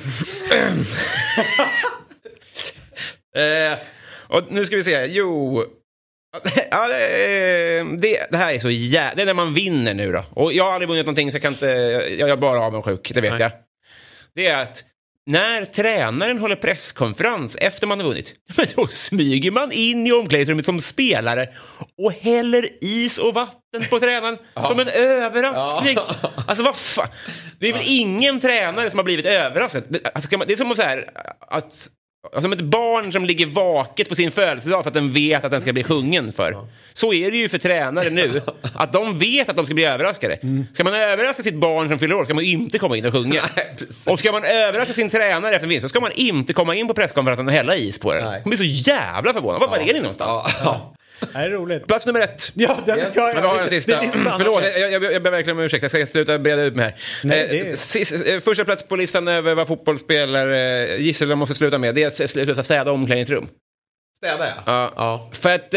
Och nu ska vi se. Ja, det här är så det är när man vinner nu då. Och jag har aldrig vunnit någonting så jag kan inte... Jag är bara avundsjuk, det vet jag. Det är att när tränaren håller presskonferens efter man har vunnit, men då smyger man in i omklädningsrummet som spelare och häller is och vatten på tränaren som en överraskning. Alltså vad fan? Det är väl ingen tränare som har blivit överraskad. Alltså, det är som så här att... Som ett barn som ligger vaket på sin födelsedag för att den vet att den ska bli sjungen för. Så är det ju för tränare nu. Att de vet att de ska bli överraskade. Ska man överraska sitt barn som fyller år ska man inte komma in och sjunga. Och ska man överraska sin tränare efter vinst så ska man inte komma in på presskonferensen och hälla is på det. Man blir så jävla förvånad. Var är ni någonstans? Det är roligt. Plats nummer 1. Ja, den har en sista. Förlåt, jag ber verkligen om ursäkt. Jag ska sluta breda ut mig här. Första plats på listan över vad fotbollsspelare Gisela måste sluta med. Det är att sluta städa omklädningsrum. Städa, ja. För att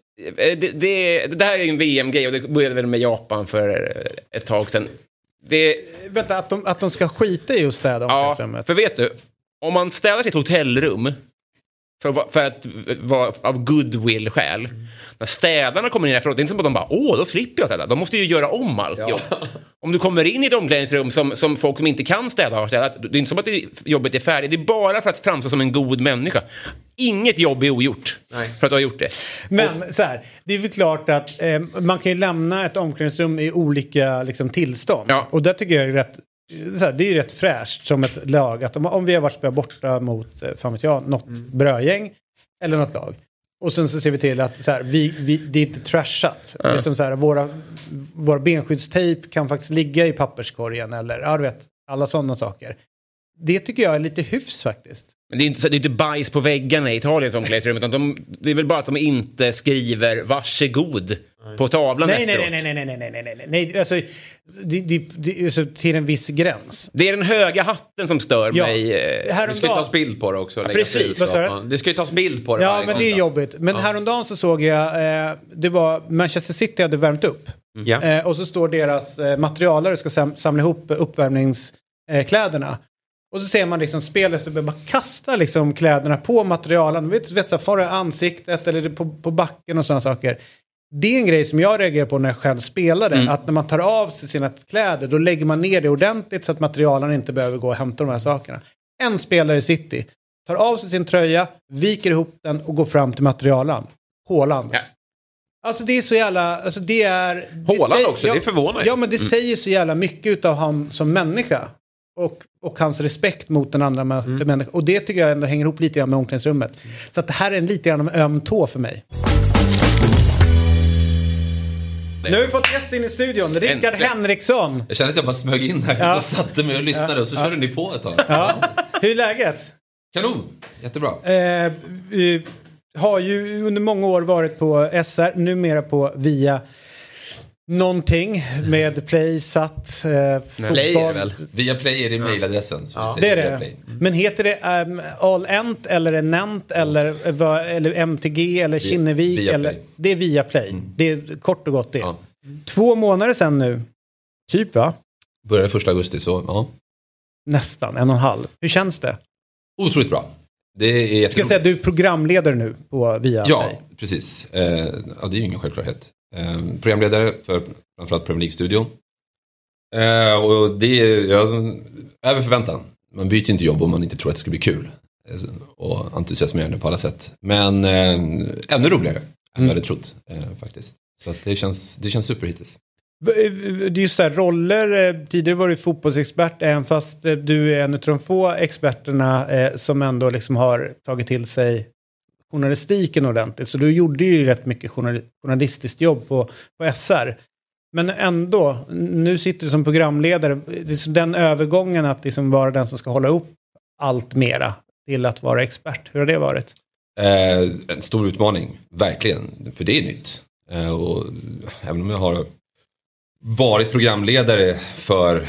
det här är ju en VM-grej och det började väl med Japan för ett tag sedan. Vänta, att de ska skita i att städa omklädningsrummet. Ja, för vet du, om man städar sitt hotellrum för att vara av goodwill skäl. När städarna kommer in efteråt, det är inte som att de bara, då slipper jag städa. De måste ju göra om allt jobb. Om du kommer in i ett omklädningsrum som folk som inte kan städa har städat, det är inte som att jobbet är färdigt. Det är bara för att framstå som en god människa. Inget jobb är ogjort för att du har gjort det. Men så här, det är väl klart att man kan ju lämna ett omklädningsrum i olika liksom, tillstånd. Ja. Och det tycker jag är rätt... Det är ju rätt fräscht som ett lag att om vi har varit spela borta mot något brödgäng eller något lag och sen så ser vi till att så här, det är inte trashat. Det är som så här, våra benskyddstejp kan faktiskt ligga i papperskorgen eller du vet, alla sådana saker. Det tycker jag är lite hyfs faktiskt. Men det är inte bajs på väggarna i Italiens omklädningsrum utan det är väl bara att de inte skriver varsågod på tavlan efteråt. Nej. Alltså, det till en viss gräns. Det är den höga hatten som stör mig. Det ska ju tas bild på det också. Precis. Det ska ju tas bild på det. Ja, men det är jobbigt. Men häromdagen så såg jag, det var Manchester City hade värmt upp. Och så står deras materialare ska samla ihop uppvärmningskläderna. Och så ser man liksom spelare som bara kastar liksom kläderna på materialen. Vet så far i ansiktet eller på backen och sådana saker. Det är en grej som jag reagerar på när jag själv spelade. Att när man tar av sig sina kläder, då lägger man ner det ordentligt så att materialen inte behöver gå och hämta de här sakerna. En spelare i City tar av sig sin tröja, viker ihop den och går fram till materialen. Haaland. Ja. Alltså det är så jävla... Alltså det är... Haaland också, det är förvånande. Ja, men det säger så jävla mycket av han som människa. Och hans respekt mot den andra människan. Och det tycker jag ändå hänger ihop lite grann med omklädningsrummet. Så att det här är en lite grann av öm tå för mig. Nu har vi fått gäst in i studion. Rickard Henriksson. Jag kände att jag bara smög in här och satte mig och lyssnade och så körde ni på ett tag. Ja. Hur är läget? Kanon, jättebra. Har ju under många år varit på SR, numera på via någonting med Play, Sat, fotboll. Via Play är det mailadressen. Det är det. Men heter det All-Ent eller Nent eller MTG eller Kinnevik? Via eller? Play. Det är via Play. Det är kort och gott det. 2 månader sedan nu. Typ va? Började 1 augusti så ja. Nästan, 1,5. Hur känns det? Otroligt bra. Det är jag ska säga att du är programledare nu på via Play. Ja, precis. Det är ju ingen självklarhet. Programledare för framförallt Premier League-studion. Och det är över förväntan. Man byter inte jobb om man inte tror att det ska bli kul. Och entusiasmerande på alla sätt. Men ännu roligare än vad jag hade trott faktiskt. Så att det känns super hittills. Det är ju så här roller. Tidigare var du fotbollsexpert, även fast du är en av de få experterna som ändå liksom har tagit till sig journalistiken ordentligt. Så du gjorde ju rätt mycket journalistiskt jobb på SR. Men ändå, nu sitter du som programledare. Den övergången att liksom vara den som ska hålla upp allt mera till att vara expert. Hur har det varit? En stor utmaning, verkligen. För det är nytt. Och även om jag har varit programledare för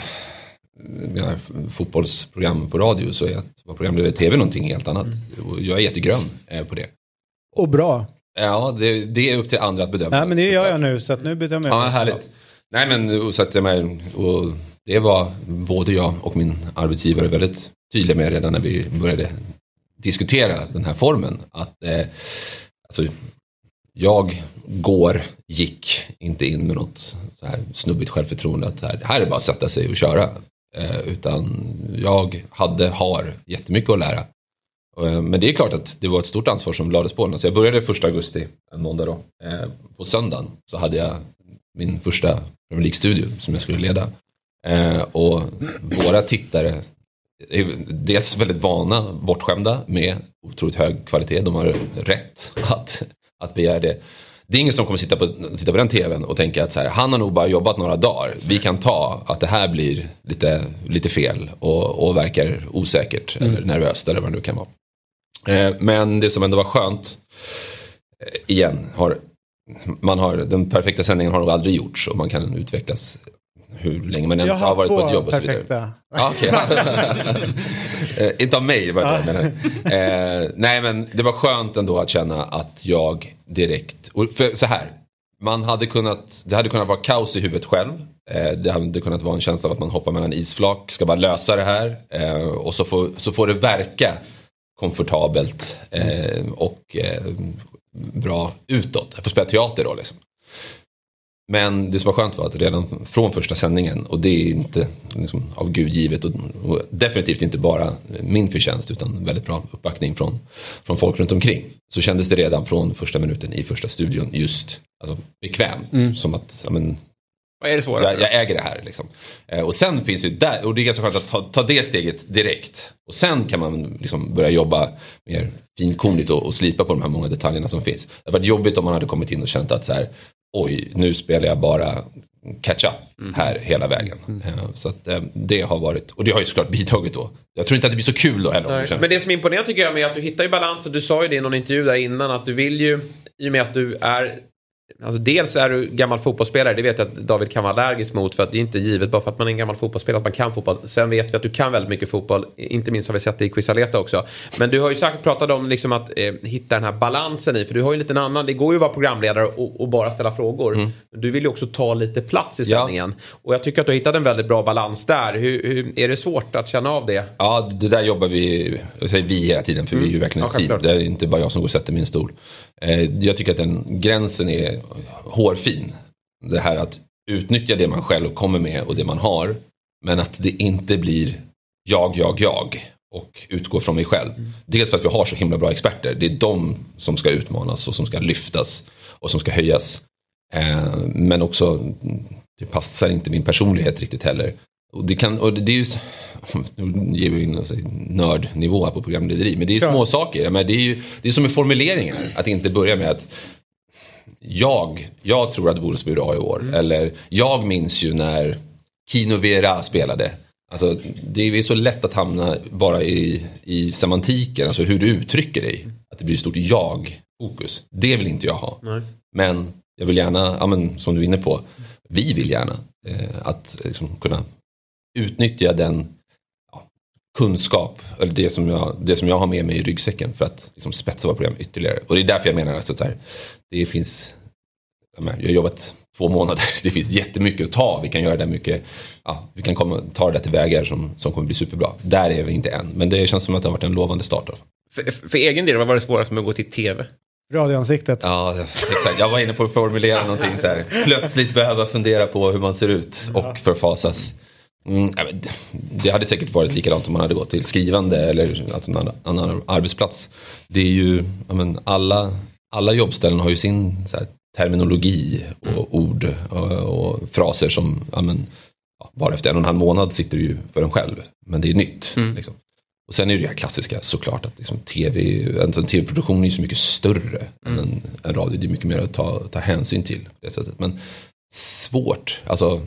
fotbollsprogram på radio så är att vara programledare i tv någonting helt annat. Och jag är jättegrön på det. Och bra. Ja, det är upp till andra att bedöma. Nej, men det gör jag nu, så att nu bedömer jag. Ja, härligt. Nej, men så att och det var både jag och min arbetsgivare väldigt tydliga med redan när vi började diskutera den här formen. Att alltså, jag gick inte in med något så här snubbigt självförtroende att här är bara att sätta sig och köra. Utan jag har jättemycket att lära. Men det är klart att det var ett stort ansvar som lades på. Alltså jag började 1 augusti, en måndag då. På söndagen så hade jag min första Premier League-studio som jag skulle leda. Och våra tittare är dels väldigt vana, bortskämda med otroligt hög kvalitet. De har rätt att begära det. Det är ingen som kommer sitta på den tvn och tänka att så här, han har nog bara jobbat några dagar. Vi kan ta att det här blir lite fel och verkar osäkert eller nervöst eller vad det nu kan vara. Men det som ändå var skönt igen, den perfekta sändningen har nog aldrig gjorts och man kan utvecklas hur länge man ens har varit på ett jobb och så vidare. Ja, okay. Inte av mig nej, men det var skönt ändå att känna att jag direkt, för så här, det hade kunnat vara kaos i huvudet själv. Det hade kunnat vara en känsla av att man hoppar mellan isflak, ska bara lösa det här och så får det verka komfortabelt och bra utåt. Jag får spela teater då liksom. Men det som var skönt var att redan från första sändningen, och det är inte liksom av Gud givet och definitivt inte bara min förtjänst utan väldigt bra uppbackning från folk runt omkring, så kändes det redan från första minuten i första studion just alltså, bekvämt. Som att vad är det svårast? Jag äger det här liksom. Och sen finns ju där, och det är ganska skönt att ta det steget direkt. Och sen kan man liksom börja jobba mer finkornigt och slipa på de här många detaljerna som finns. Det hade varit jobbigt om man hade kommit in och känt att så här, oj, nu spelar jag bara catch up här hela vägen. Så att det har varit, och det har ju såklart bidragit då. Jag tror inte att det blir så kul då heller. Men det som imponerar tycker jag är att du hittar ju balans, och du sa ju det i någon intervju där innan att du vill ju, i och med att du är Alltså dels är du gammal fotbollsspelare, det vet jag att David kan vara allergisk mot, för att det är inte givet bara för att man är en gammal fotbollsspelare att man kan fotboll. Sen vet vi att du kan väldigt mycket fotboll, inte minst har vi sett det i Quisaleta också. Men du har ju säkert pratat om liksom att hitta den här balansen i, för du har ju en liten annan, det går ju att vara programledare och bara ställa frågor. Men du vill ju också ta lite plats i sändningen. Och jag tycker att du har hittat en väldigt bra balans där. Hur är det svårt att känna av det? Ja, det där jobbar vi, jag säger vi hela tiden, för vi är ju verkligen ett team. Det är inte bara jag som går och sätter min stol. Jag tycker att den gränsen är hårfin. Det här att utnyttja det man själv kommer med och det man har, men att det inte blir jag och utgå från mig själv. Dels för att vi har så himla bra experter. Det är de som ska utmanas och som ska lyftas och som ska höjas. Men också, det passar inte min personlighet riktigt heller. Och det är ju, nu ger vi in nördnivå på programlederi, men det är små saker. Men det är som med formuleringen, att inte börja med att jag tror att Wolves blir bra i år. Eller jag minns ju när Kino Vera spelade. Alltså, det är så lätt att hamna bara i semantiken, alltså hur du uttrycker dig. Att det blir ett stort jag-fokus. Det vill inte jag ha. Nej. Men jag vill gärna, som du är inne på, vi vill gärna att liksom kunna utnyttja den kunskap, eller det som jag har med mig i ryggsäcken, för att liksom spetsa våra program ytterligare. Och det är därför jag menar att så här, det finns, jag har jobbat 2 månader, det finns jättemycket att ta, vi kan göra det mycket, vi kan ta det till vägar som kommer bli superbra. Där är vi inte än, men det känns som att det har varit en lovande start. För egen del, vad var det svårast med att gå till tv? Radioansiktet. Ja, exakt. Jag var inne på att formulera någonting så här. Plötsligt behöva fundera på hur man ser ut och förfasas. Det hade säkert varit likadant om man hade gått till skrivande eller en annan arbetsplats. Det är ju, alla jobbställen har ju sin så här, terminologi och ord och fraser som bara efter 1,5 månad sitter ju för en själv. Men det är nytt. Liksom. Och sen är det ju det här klassiska såklart att liksom en tv-produktion är ju så mycket större än en radio. Det är mycket mer att ta hänsyn till på det sättet. Men svårt, alltså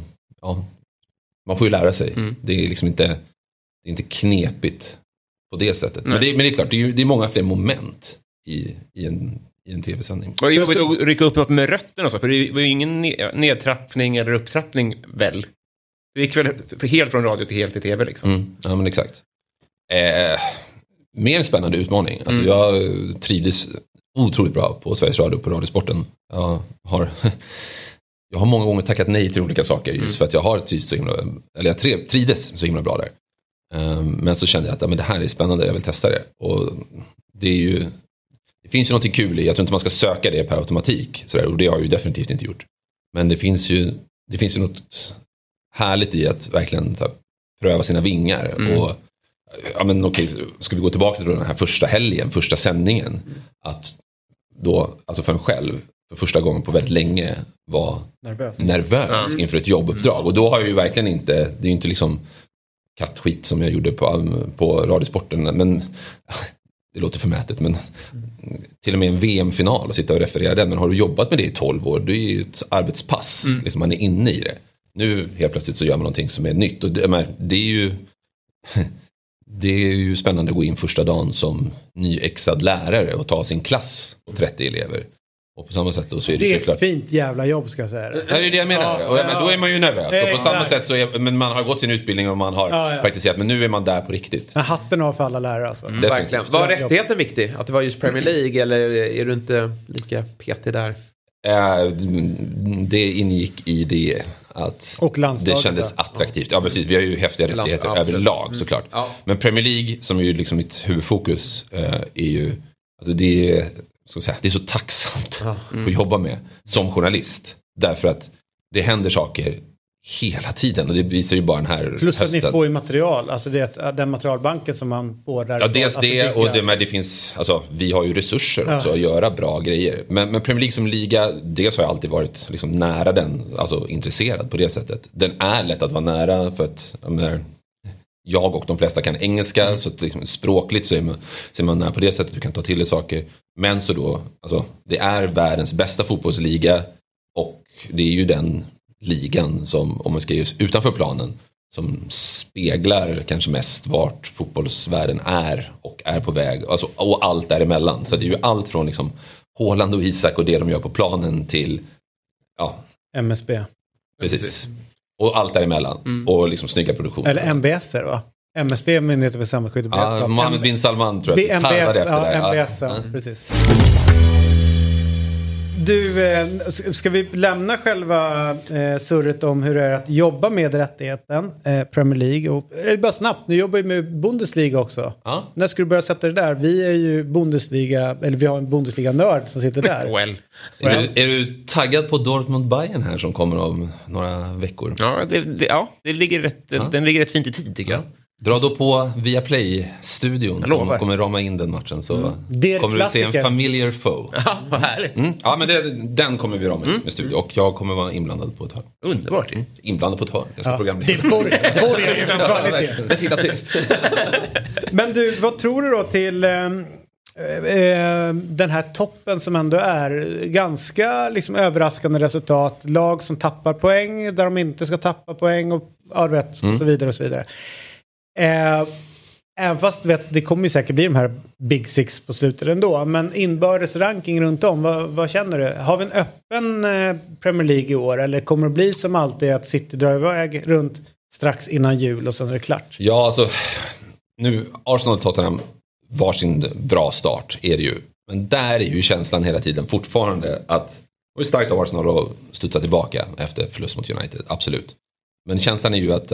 man får ju lära sig. Det är liksom inte knepigt på det sättet. Men det är klart, det är många fler moment i en tv-sändning. Och jag vill rycka upp något med rötterna och så, för det var ju ingen nedtrappning eller upptrappning väl. Det gick väl helt från radio till helt till tv liksom. Ja, men exakt. Mer en spännande utmaning. Alltså, jag trivdes otroligt bra på Sveriges Radio, på Radiosporten. Jag har många gånger tackat nej till olika saker just för att jag har trivdes så himla bra där. Men så kände jag att det här är spännande, jag vill testa det. Och det finns ju någonting kul i, jag tror inte man ska söka det per automatik så där, och det har jag ju definitivt inte gjort. Men det finns ju något härligt i att verkligen så här, pröva sina vingar och ska vi gå tillbaka till den här första sändningen, att då, alltså för en själv för första gången på väldigt länge var nervös inför ett jobbuppdrag. Och då har jag ju verkligen inte, det är ju inte liksom kattskit som jag gjorde på Radiosporten, men det låter förmätet, men till och med en VM-final och sitta och referera den, men har du jobbat med det i 12 år, det är ju ett arbetspass, liksom man är inne i det. Nu helt plötsligt så gör man någonting som är nytt, och det är ju spännande att gå in första dagen som nyexad lärare och ta sin klass på 30 elever. Och på samma sätt då så är det ett fint jävla jobb, ska jag säga. Det är det jag menar. Men då är man ju nervös. Och på samma sätt så men man har gått sin utbildning och man har praktiserat, men nu är man där på riktigt. Men hatten av för alla lärare alltså. Verkligen. Var rättigheten viktig? Att det var just Premier League, eller är du inte lika petig där? Det ingick i det att det kändes attraktivt. Ja, precis. Vi har ju häftiga rättigheter överlag såklart. Men Premier League, som är ju liksom mitt huvudfokus, är ju, alltså det är så tacksamt att jobba med som journalist. Därför att det händer saker hela tiden, och det visar ju bara den här plus hösten. Att ni får ju material, alltså den materialbanken som man får där. Ja, dels det, och det finns, alltså vi har ju resurser också att göra bra grejer. Men Premier League som liga, dels har jag alltid varit liksom nära den, alltså intresserad på det sättet. Den är lätt att vara nära för att jag och de flesta kan engelska, så att liksom, språkligt så är man nära på det sättet, du kan ta till dig saker. Men så då, alltså det är världens bästa fotbollsliga, och det är ju den ligan som, om man ska just utanför planen, som speglar kanske mest vart fotbollsvärlden är och är på väg, alltså, och allt däremellan. Så det är ju allt från liksom Haaland och Isak och det de gör på planen till MSB. Precis. Och allt däremellan. Och liksom snygga produktioner. Eller MBSR va? MSB, Myndigheten för samhällsskydd och beredskap. Mohammed bin Salman tror jag MBS, efter det. MBS, precis. Du, ska vi lämna själva surret om hur det är att jobba med rättigheten, Premier League? Och, bara snabbt, nu jobbar vi med Bundesliga också. Ja. När ska du börja sätta det där? Vi är ju Bundesliga, eller vi har en Bundesliga-nörd som sitter där. Är du taggad på Dortmund-Bayern här som kommer om några veckor? Ja, den ligger rätt fint i tid tycker jag. Dra då på Viaplay-studion som kommer rama in den matchen så kommer du se en familiar foe. Ja, vad härligt. Ja, men den kommer vi rama in med studio och jag kommer vara inblandad på ett hörn. Underbart. Inblandad på ett hörn. Jag ska programleda. Det börjar ju för kvalitet. Det sitter tyst. Men du, vad tror du då till den här toppen som ändå är ganska liksom överraskande resultat, lag som tappar poäng där de inte ska tappa poäng och så vidare och så vidare. Även fast det kommer ju säkert bli de här Big Six på slutet ändå, men inbördes ranking runt om, vad känner du? Har vi en öppen Premier League i år eller kommer det bli som alltid att City drar iväg runt strax innan jul och sen är det klart? Ja, alltså nu Arsenal och Tottenham var sin bra start är det ju. Men där är ju känslan hela tiden fortfarande att det var starkt av Arsenal att studsa tillbaka efter förlust mot United, absolut. Men känslan är ju att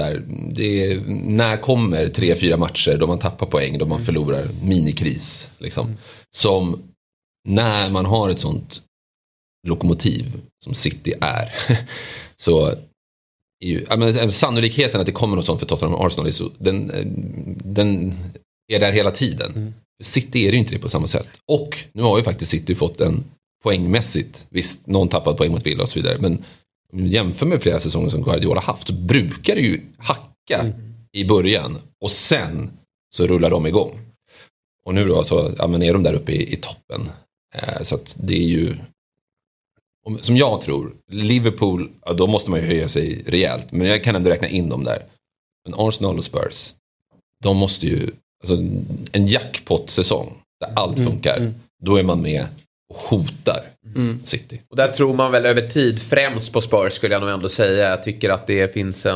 när kommer 3-4 matcher då man tappar poäng, då man förlorar minikris liksom. Som när man har ett sånt lokomotiv som City är så är ju, sannolikheten att det kommer något sånt för Tottenham och Arsenal är så, den är där hela tiden. City är det ju inte det på samma sätt. Och nu har ju faktiskt City fått en poängmässigt, visst någon tappad poäng mot Villa och så vidare, men jämför med flera säsonger som Guardiola haft så brukar det ju hacka i början och sen så rullar de igång. Och nu då så är de där uppe i toppen. Så att det är ju som jag tror, Liverpool, då måste man ju höja sig rejält, men jag kan ändå räkna in dem där. Men Arsenal och Spurs, de måste ju, alltså en jackpot-säsong där allt funkar, då är man med och hotar City. Och där tror man väl över tid främst på Spurs skulle jag nog ändå säga. Jag tycker att det finns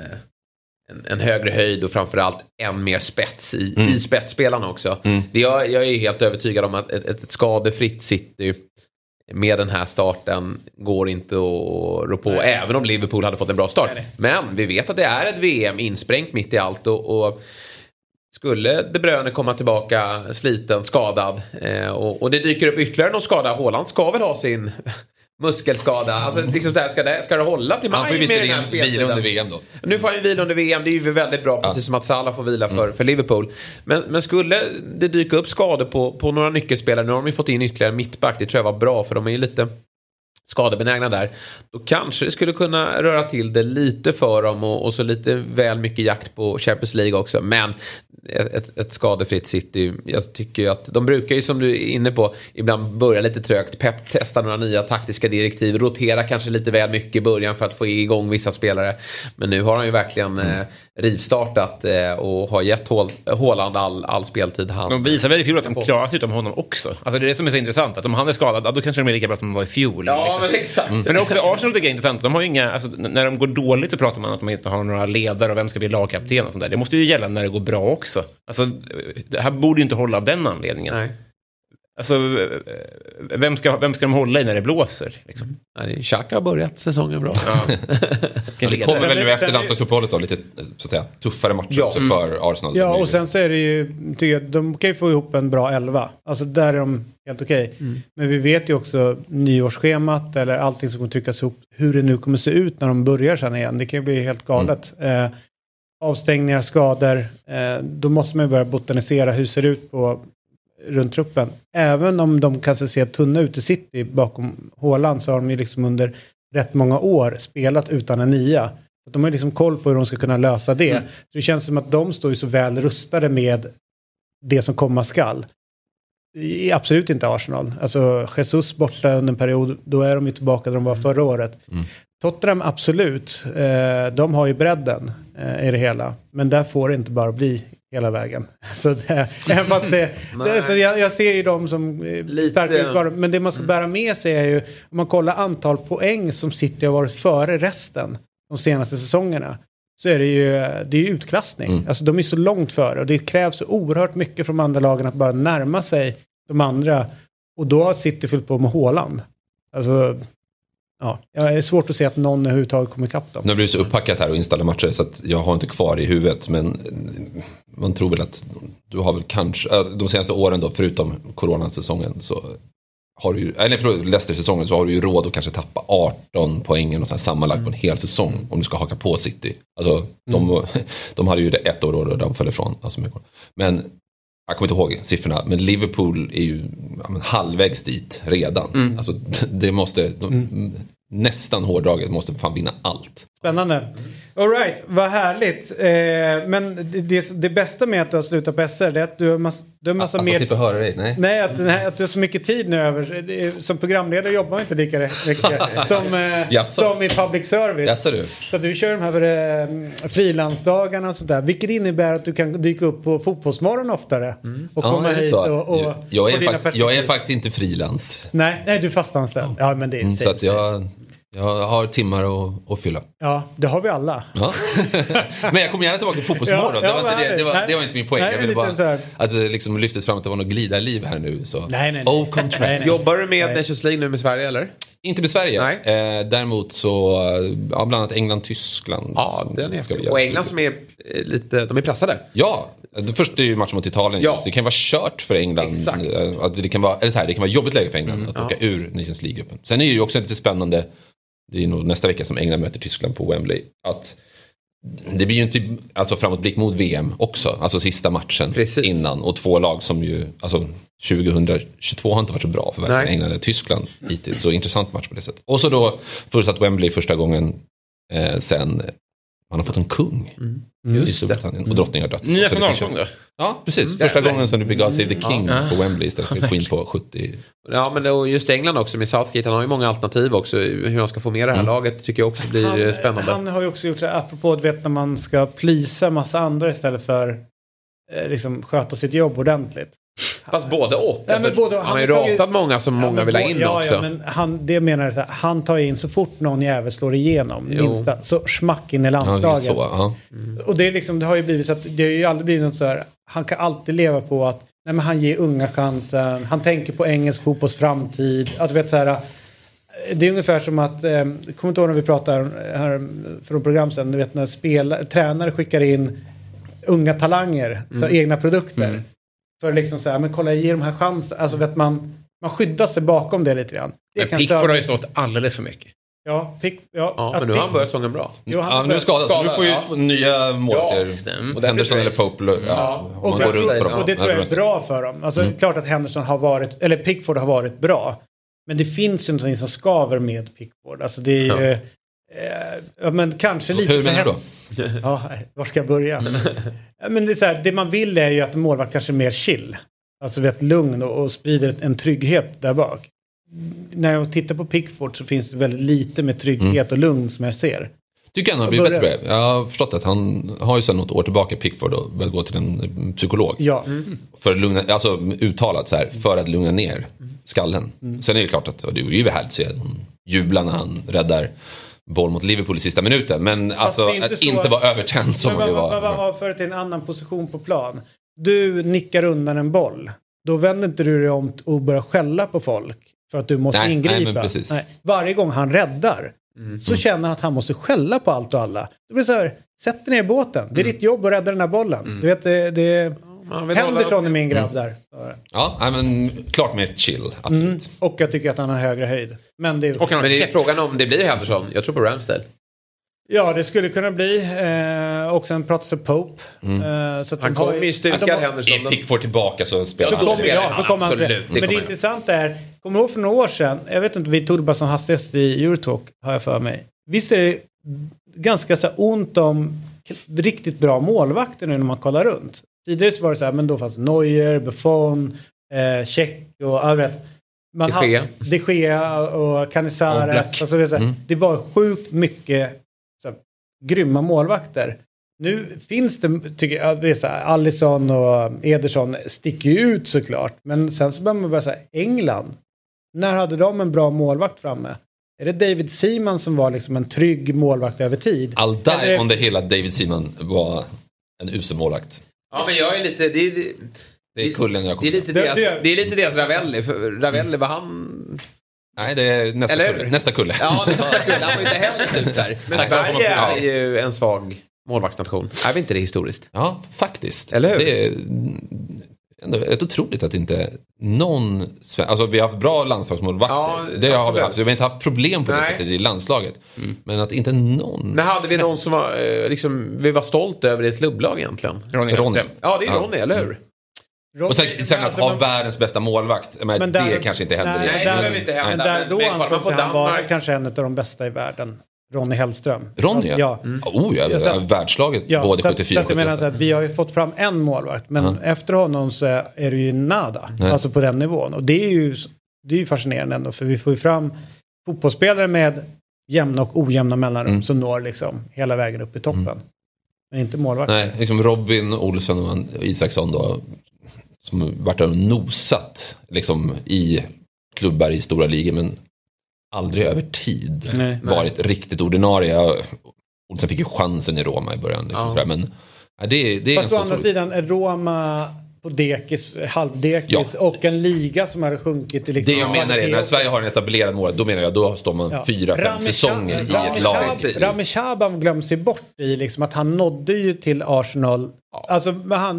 en högre höjd och framförallt än mer spets i spetsspelarna också. Jag är helt övertygad om att ett skadefritt City med den här starten går inte att rå på. Även om Liverpool hade fått en bra start. Men vi vet att det är ett VM insprängt mitt i allt och skulle De Bruyne komma tillbaka sliten, skadad och det dyker upp ytterligare någon skada. Haaland ska väl ha sin muskelskada. Alltså liksom så här, ska det hålla till maj? Han får ju visserligen vila under VM då. Nu får han ju vila under VM. Det är ju väldigt bra, precis som att Salah får vila för Liverpool. Men skulle det dyka upp skador på några nyckelspelare, nu har de ju fått in ytterligare mittback. Det tror jag var bra för de är ju lite skadebenägna där. Då kanske det skulle kunna röra till det lite för dem och så lite väl mycket jakt på Champions League också. Men ett skadefritt City, jag tycker ju att de brukar ju, som du är inne på, ibland börja lite trögt, testa några nya taktiska direktiv, rotera kanske lite väl mycket i början för att få igång vissa spelare. Men nu har han ju verkligen rivstartat och har gett Haaland all speltid. De visar väl i fjol att de klarar sig utom honom också. Alltså det är det som är så intressant, att om han är skadad, då kanske de är lika bra som de var i fjol. Ja, liksom. men exakt. Men också Arsenal tycker jag är intressant. De har ju inga, alltså, när de går dåligt så pratar man om att de inte har några ledare och vem ska bli lagkapten och sånt där. Det måste ju gälla när det går bra också. Alltså, det här borde ju inte hålla av den anledningen. Nej. Alltså, vem ska de hålla i när det blåser? Liksom? Xhaka har börjat säsongen bra. Ja. Det kommer väl nu efter landslagsuppehållet då lite så att säga, tuffare matcher också för Arsenal. Ja, och sen så är det ju, tycker jag, de kan ju få ihop en bra 11. Alltså där är de helt okej. Men vi vet ju också nyårsschemat eller allting som kommer tryckas ihop, hur det nu kommer se ut när de börjar sen igen. Det kan ju bli helt galet. Avstängningar, skador. Då måste man ju börja botanisera hur det ser ut runt truppen. Även om de kanske ser tunna ut i City bakom Haaland, så har de ju liksom under rätt många år spelat utan en nia. Så de har liksom koll på hur de ska kunna lösa det. Så det känns som att de står ju så väl rustade med det som komma skall. Absolut inte Arsenal. Alltså Jesus borta under en period, då är de ju tillbaka där de var förra året. Tottenham absolut. De har ju bredden i det hela. Men där får det inte bara bli hela vägen. Så jag ser ju dem som starka, men det man ska bära med sig är ju, om man kollar antal poäng som City har varit före resten de senaste säsongerna, så är det är utklassning. Alltså de är så långt före och det krävs så oerhört mycket från andra lagen att bara närma sig de andra, och då har City fyllt på med Haaland. Alltså ja, det är svårt att se att någon överhuvudtaget kommer ikapp dem. Nu blir det så upppackat här och inställa matcher så att jag har inte kvar i huvudet, men man tror väl att du har väl kanske de senaste åren då, förutom coronasäsongen, så har du ju, eller Leicester-säsongen, så har du ju råd att kanske tappa 18 poängen och så här sammanlagt på en hel säsong om du ska haka på City. Alltså de hade ju det ett år och de föll ifrån. Alltså, men jag kommer inte ihåg siffrorna, men Liverpool är ju halvvägs dit redan. Alltså det måste nästan hårdraget måste fan vinna allt. Spännande. All right, vad härligt. Men det bästa med att du har slutat på SR, det är att du har massa mer... Jag slipper höra dig, nej. Att du har så mycket tid nu över. Som programledare jobbar man inte lika mycket som i public service. Jaså du. Så du kör de här frilansdagarna och sådär. Vilket innebär att du kan dyka upp på Fotbollsmorgon oftare. Och komma hit och jag är faktiskt inte frilans. Nej, du är fastanställd. Ja, men det är så att jag har timmar att fylla. Ja, det har vi alla. Ja. Men jag kommer gärna tillbaka till Fotbollsmorgon. Det var inte min poäng. Jag ville bara att det liksom lyftes fram att det var något glidarliv här nu. Så. Nej. Jobbar du med Nations League nu med Sverige eller? Inte med Sverige. Däremot så bland annat England, Tyskland. Ja, och England som är lite, de är pressade. Ja, det första är ju matchen mot Italien. Ja. Så det kan vara kört för England. Att det kan vara jobbigt läge för England att åka ur Nations League-gruppen. Sen är det ju också lite spännande. Det är nog nästa vecka som England möter Tyskland på Wembley. Att det blir ju inte framåtblick mot VM också. Alltså sista matchen innan. Och två lag som ju 2022 har inte varit så bra för varken England eller Tyskland hittills. Så intressant match på det sättet. Och så då fullsatt Wembley första gången sen man har fått en kung i Storbritannien och drottning har dött. Nya kanalsång då? Ja, precis. Första gången som det blir God Save the King på Wembley istället för Queen på 70. Ja, men då just England också med Southgate, han har ju många alternativ också hur han ska få med det här laget tycker jag också blir spännande. Han har ju också gjort så här, apropå att veta när man ska plisa massa andra istället för liksom sköta sitt jobb ordentligt. Fast både och. Han har ju ratat många som många vill ha in också. Ja, men det menar så här, han tar in så fort någon jävel slår igenom minsta, så smack in i landslaget. Ja, och det är liksom, det har ju blivit så att det har ju aldrig blivit något så här, han kan alltid leva på att men han ger unga chansen, han tänker på engelsk fotbolls framtid, att vet så här, det är ungefär som att kommer inte ihåg när vi pratar här från program sen, du vet när tränare skickar in unga talanger, så egna produkter. För liksom så här, men kolla, jag ger de här chansen. Alltså vet man skyddar sig bakom det lite grann. Pickford har ju stått alldeles för mycket. Men nu har han börjat sången bra. Nu är det skadat, så nu får ju två nya mål. Och Henderson eller Pope. Och det tror jag är bra för dem. Alltså klart att Henderson har varit, eller Pickford har varit bra. Men det finns ju någonting som skaver med Pickford. Alltså det är ju... men kanske lite... Hur menar du då? Ja, var ska jag börja? Men det är så här, det man vill är ju att målvakt kanske är mer chill. Alltså vet lugn och sprider en trygghet där bak. När jag tittar på Pickford så finns det väldigt lite med trygghet och lugn som jag ser. Tycker han har blivit bättre? Jag har förstått att han har ju sedan något år tillbaka Pickford och väl gå till en psykolog. Ja. För att lugna, alltså uttalat så här, för att lugna ner skallen. Sen är det klart att det är ju härligt att se jubla när han räddar boll mot Liverpool i sista minuten. Men alltså att inte vara övertänd som man ju var. Vad var för till en annan position på plan? Du nickar undan en boll. Då vänder inte du dig om och börjar skälla på folk för att du måste ingripa. Nej. Varje gång han räddar så känner han att han måste skälla på allt och alla. Det blir så här, sätt dig ner i båten. Det är ditt jobb att rädda den här bollen. Du vet, det Henderson är min grabb där. Ja, men klart mer chill. Absolut. Och jag tycker att han har högre höjd. Men det är frågan om det blir Henderson. Jag tror på Ramsdale. Ja, det skulle kunna bli. Och sen pratas om Pope. Så att han kommer ju styrka Henderson. Är Pickford tillbaka så spelar han. Absolut. Men det intressanta är, kommer ihåg för några år sedan, jag vet inte, vi tog det bara som hastigast i Eurotalk, har jag för mig. Visst är det ganska så ont om riktigt bra målvakter nu när man kollar runt. Tidigare så var det så här, men då fanns Neuer, Buffon, Cech och jag vet. De Gea och Canizares. Alltså det var sjukt mycket så här, grymma målvakter. Nu finns det, tycker jag, Alisson och Ederson sticker ju ut såklart. Men sen så börjar man bara säga, England. När hade de en bra målvakt framme? Är det David Seaman som var liksom en trygg målvakt över tid? Aldrig om det hela David Seaman var en usel målvakt. Ja, men jag är lite... Det är kullen jag kommer. Det är lite deras Ravelli. För Ravelli var han... Nej, det är nästa kulle. Ja, nästa kulle. Han var ju inte heller ut så här. Men Sverige är ju en svag målvaktsnation. Är vi inte det historiskt? Ja, faktiskt. Eller hur? Det är ändå rätt otroligt att inte någon... Alltså vi har haft bra landslagsmålvakter. Ja, det har vi haft. Så vi har inte haft problem på det sättet i landslaget. Men att inte någon... När hade vi någon som var, vi var stolt över i ett klubblag egentligen? Ronny. Ja, det är Ronny, eller hur? Och sen att ha världens bästa målvakt, men där, det kanske inte händer. Nej, det behöver inte hända. Men där då ansågs han var kanske en av de bästa i världen. Ronny Hellström. Ronny? Ja. Världslaget både 74 och 78. Vi har ju fått fram en målvakt, men efter honom så är det ju nada. Alltså på den nivån. Och det är ju fascinerande ändå, för vi får ju fram fotbollsspelare med jämna och ojämna mellanrum som når liksom hela vägen upp i toppen. Men inte målvakt. Nej, liksom Robin, Olsson och Isaksson då, som varit och nosat liksom i klubbar i stora ligor, men aldrig över tid varit riktigt ordinarie. Olsson fick ju chansen i Roma i början. Liksom, men det är fast å andra sidan är Roma på dekis, halvdekis och en liga som har sjunkit till liksom... Det jag menar är, när Sverige har en etablerad mål, då menar jag, då står man 4-5 säsonger i ett lag. Rami Shaban glöms ju bort i liksom att han nådde ju till Arsenal. Alltså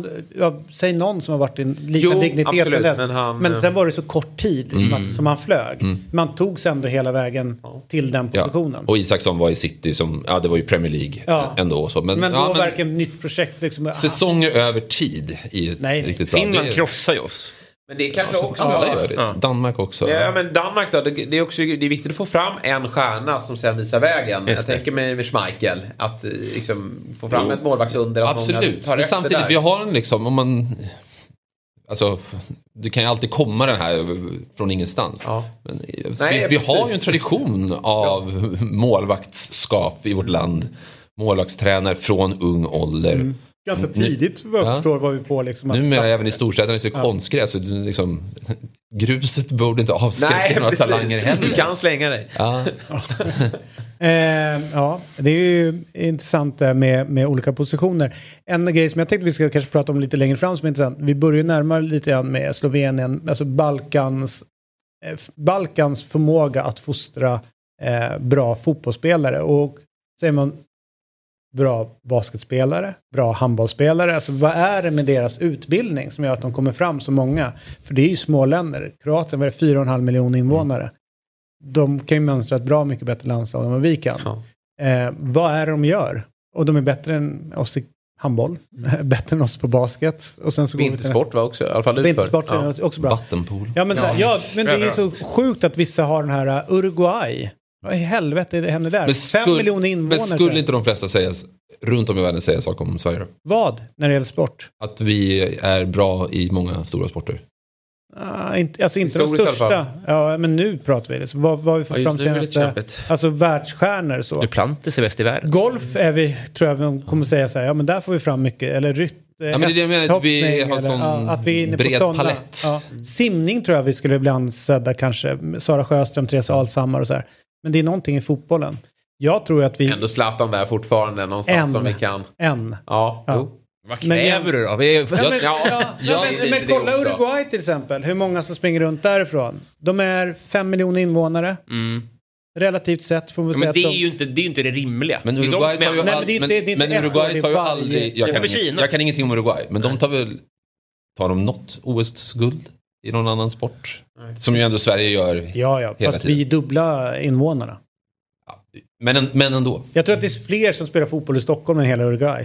säg någon som har varit i en liknande dignitet absolut, men sen var det så kort tid som han flög. Man tog sig ändå hela vägen till den positionen. Och Isaksson var i City som, det var ju Premier League ändå och så. Men då verkligen nytt projekt liksom. Säsonger över tid i ett riktigt bra. Finland krossar ju oss. Men det är kanske också... Gör det. Danmark också. Ja, men Danmark då, det är viktigt att få fram en stjärna som sen visar vägen. Jag tänker med Schmeichel, att liksom få fram ett målvaktsunder. Absolut, men samtidigt, vi har en liksom, om man... Alltså, du kan ju alltid komma den här från ingenstans. Men, vi har ju en tradition av målvaktsskap i vårt land. Målvaktstränare från ung ålder. Ganska tidigt var vi på liksom. Numera även i storstäderna är det konstgräs. Så liksom, gruset borde inte avskräcka några talanger heller. Du kan slänga dig. Det är ju intressant med olika positioner. En grej som jag tänkte vi ska kanske prata om lite längre fram som är intressant. Vi börjar närmare lite grann med Slovenien. Alltså Balkans förmåga att fostra bra fotbollsspelare. Och säger man bra basketspelare, bra handbollsspelare. Alltså vad är det med deras utbildning som gör att de kommer fram så många? För det är ju små länder. Kroatien är 4,5 miljoner invånare. De kan ju mönstra ett bra mycket bättre landslag än vad vi kan. Vad är det de gör? Och de är bättre än oss i handboll. Bättre än oss på basket. Och sen så vintersport var också. I alla fall vintersport är också bra. Vattenpool. Men det är så sjukt att vissa har den här Uruguay. Vad i helvete är det händer där? 5 miljoner invånare. Men skulle inte de flesta säga runt om i världen säga saker om Sverige då? Vad? När det gäller sport? Att vi är bra i många stora sporter. Inte de största. Ja, men nu pratar vi. Vad vi får fram senaste... Alltså världsstjärnor så. Duplantis är bäst i världen. Golf är vi, tror jag, kommer säga så här. Ja, men där får vi fram mycket. Eller men det är det jag menar, att vi har sån att vi är inne bred på palett. Simning tror jag vi skulle ibland sedda kanske. Sara Sjöström, Therese Alshammar och så här. Men det är någonting i fotbollen. Jag tror att vi... Ändå Zlatan där fortfarande någonstans som vi kan... Ja. Vad kräver du då? Men kolla Uruguay till exempel. Hur många som springer runt därifrån? De är 5 miljoner invånare. Relativt sett får man säga. Men det är ju inte det rimliga. Men Uruguay tar ju aldrig... Jag kan ingenting om Uruguay. Men de tar de något OS-guld i någon annan sport? Som ju ändå Sverige gör. Ja, fast vi är dubbla invånarna. Men ändå. Jag tror att det är fler som spelar fotboll i Stockholm än hela Uruguay.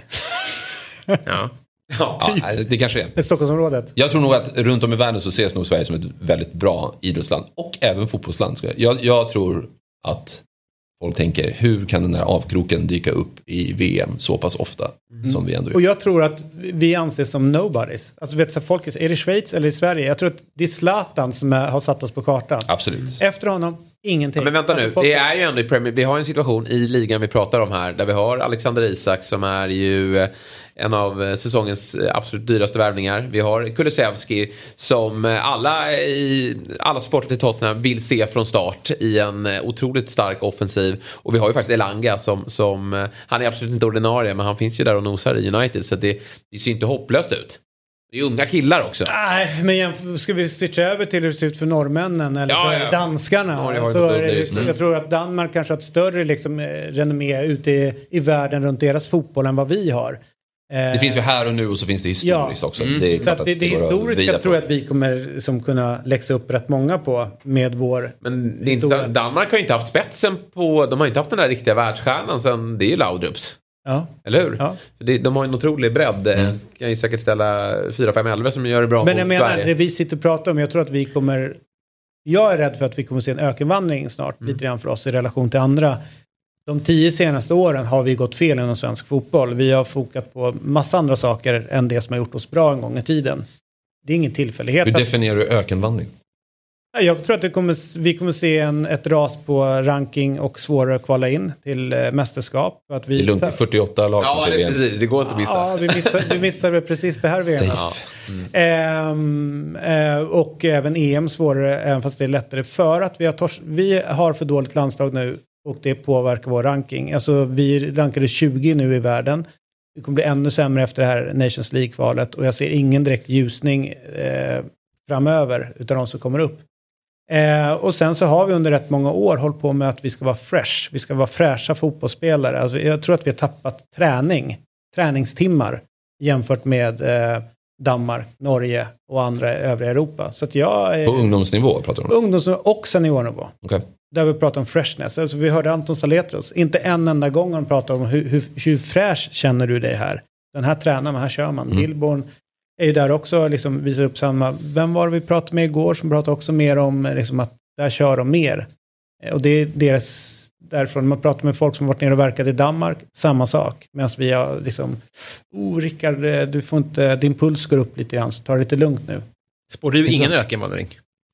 Det kanske är. Stockholmsområdet. Jag tror nog att runt om i världen så ses nog Sverige som ett väldigt bra idrottsland. Och även fotbollsland. Jag tror att folk tänker, hur kan den här avkroken dyka upp i VM så pass ofta som vi ändå gör? Och jag tror att vi anses som nobodies. Alltså vet du, folk, är det Schweiz eller i Sverige? Jag tror att det är Zlatan som har satt oss på kartan. Absolut. Efter honom, Ingenting. Ja, men vänta nu, det är ju ändå i Premier. Vi har en situation i ligan vi pratar om här där vi har Alexander Isak som är ju en av säsongens absolut dyraste värvningar. Vi har Kulusevski som alla sporter till Tottenham vill se från start i en otroligt stark offensiv. Och vi har ju faktiskt Elanga som han är absolut inte ordinarie, men han finns ju där och nosar i United, så det ser inte hopplöst ut. Det är unga killar också. Nej, men ska vi switcha över till hur det ser ut för norrmännen eller för danskarna? Så jag tror att Danmark kanske har ett större liksom, renommé ute i världen runt deras fotboll än vad vi har. Det finns ju här och nu och så finns det historiskt också. Det är klart att det historiska tror jag att vi kommer som kunna läxa upp rätt många på med vår. Men det är inte, Danmark har ju inte haft spetsen på, de har inte haft den där riktiga världsstjärnan sen, det är ju Laudrups. Ja. Eller hur? Ja. De har en otrolig bredd. Kan ju säkert ställa 4-5-11 som gör det bra mot Sverige. Men jag menar, det vi sitter och pratar om, jag tror att vi kommer... Jag är rädd för att vi kommer se en ökenvandring snart, lite grann för oss i relation till andra. De 10 senaste åren har vi gått fel inom svensk fotboll. Vi har fokat på massa andra saker än det som har gjort oss bra en gång i tiden. Det är ingen tillfällighet. Hur definierar du ökenvandring? Jag tror att vi kommer se ett ras på ranking och svårare att kvala in till mästerskap. Att vi det är lugnt, 48 lag. Ja, det är precis. Det går inte att missa. Ja, vi missade precis det här VM. Och även EM svårare, även fast det är lättare. För att vi har för dåligt landslag nu och det påverkar vår ranking. Alltså vi rankade 20 nu i världen. Det kommer bli ännu sämre efter det här Nations League-kvalet. Och jag ser ingen direkt ljusning framöver utan de som kommer upp. Och sen så har vi under rätt många år hållit på med att vi ska vara fresh. Vi ska vara fräscha fotbollsspelare. Alltså jag tror att vi har tappat träningstimmar jämfört med Danmark, Norge och andra övriga Europa. Så att på ungdomsnivå pratar du om? Ungdomsnivå och seniornivå. Okay. Där vi pratar om freshness. Alltså vi hörde Anton Saletros. Inte en enda gång han pratar om hur fräsch känner du dig här. Den här tränar man, här kör man. Billborn är ju där också, liksom visar upp samma. Vem var det vi pratade med igår som pratade också mer om liksom, att där kör de mer. Och det är deras därifrån. Man pratar med folk som varit nere och verkat i Danmark, samma sak. Medan vi har liksom, Rickard, du får inte, din puls går upp lite grann, så ta det lite lugnt nu. Spår du ingen ökenvandring?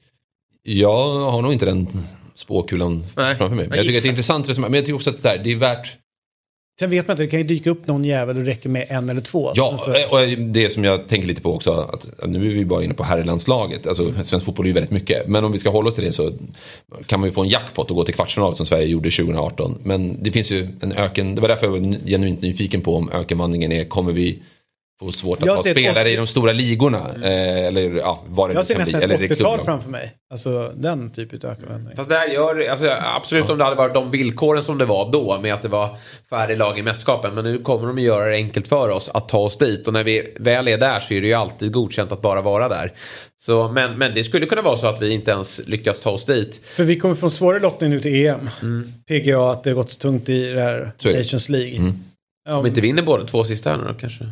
Jag har nog inte den spåkulan framför mig. Men jag tycker att det är intressant resonemang. Men jag tycker också att det är värt... Sen vet man inte, det kan ju dyka upp någon jävel och räcker med 1 eller 2. Ja, och det som jag tänker lite på också, att nu är vi bara inne på herrlandslaget. Alltså svensk fotboll är ju väldigt mycket. Men om vi ska hålla oss till det så kan man ju få en jackpot och gå till kvartsfinal som Sverige gjorde 2018. Men det finns ju en öken, det var därför jag var genuint nyfiken på om ökenvandringen kommer vi få svårt att ha spelare i de stora ligorna. Eller vad det jag ser kan bli. Eller ett 80-tal framför mig. Alltså den typen av ökenvandring. Fast där absolut om det hade varit de villkoren som det var då med att det var färre lag i mästerskapen. Men nu kommer de att göra det enkelt för oss att ta oss dit. Och när vi väl är där så är det ju alltid godkänt att bara vara där. Så, men det skulle kunna vara så att vi inte ens lyckas ta oss dit. För vi kommer få en svårare lottning nu till EM. PGA, att det har gått så tungt i det här Nations League. Om vi inte vinner båda 2 sista här nu då kanske.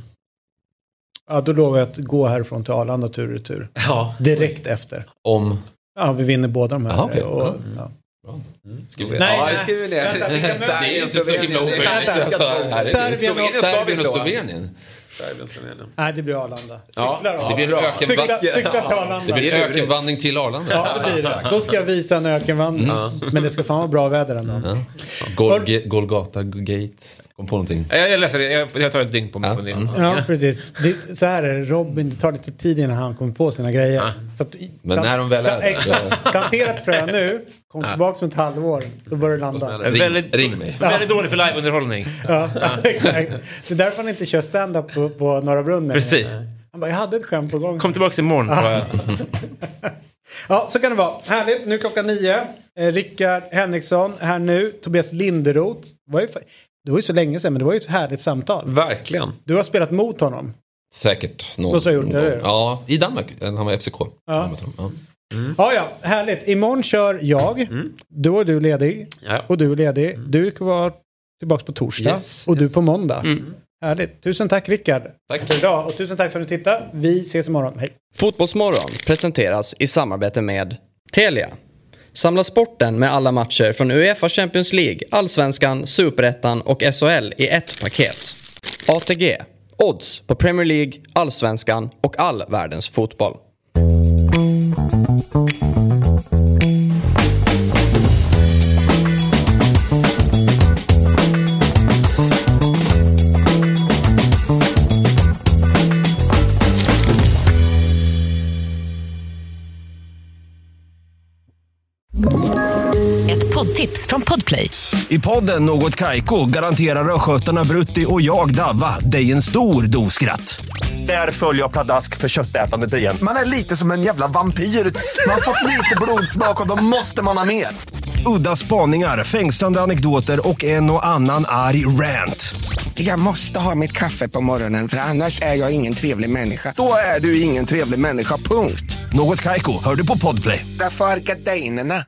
Ja, då lovar jag att gå härifrån till Arlanda tur och retur. Ja. Direkt efter. Om? Ja, vi vinner båda de här. Aha, okay. Och, Skriver Nej, det är inte så himla omöjligt. Serbien och Slovenien. Nej, det blir Arlanda. Det blir en ökenvandring till Arlanda. Ja, det blir det. Då ska jag visa en ökenvandring. Men det ska fan vara bra väder ändå. Golgata Gate. Kom på någonting. Jag läser det. Jag tar ett dygn på mig på det. Ja, precis. Så här är det. Robin, det tar lite tid innan han kommer på sina grejer. Så att, men när de väl är planterat frö nu, kom tillbaka om ett halvår, då börjar det landa. Ring mig. Väldigt dålig för liveunderhållning. Ja, exakt. Det är därför han inte kör stand-up på Norra Brunnen. Precis. Han bara, jag hade ett skämt på gång. Kom tillbaka imorgon. Ja, så kan det vara. Härligt, nu 9:00. Rickard Henriksson här nu. Tobias Linderoth. Det var ju så länge sedan, men det var ju ett härligt samtal. Verkligen. Du har spelat mot honom. Säkert. Ja, i Danmark. Han var FCK. Ja, härligt. Imorgon kör jag. Då är du ledig. Ja. Och du är ledig. Du ska vara tillbaka på torsdag. Och du på måndag. Härligt. Tusen tack Rickard. Tack för idag. Och tusen tack för att du tittade. Vi ses imorgon. Hej. Fotbollsmorgon presenteras i samarbete med Telia. Samla sporten med alla matcher från UEFA Champions League, Allsvenskan, Superettan och SHL i ett paket. ATG. Odds på Premier League, Allsvenskan och all världens fotboll. Ett tips från Podplay. I podden Något Kaiko garanterar östgötarna Brutti och jag Davva dig en stor doskratt. Där följer jag pladask för köttätandet igen. Man är lite som en jävla vampyr. Man har fått lite blodsmak och då måste man ha mer. Udda spaningar, fängslande anekdoter och en och annan arg rant. Jag måste ha mitt kaffe på morgonen, för annars är jag ingen trevlig människa. Då är du ingen trevlig människa, punkt. Något Kaiko, hör du på Podplay. Därför är gardinerna.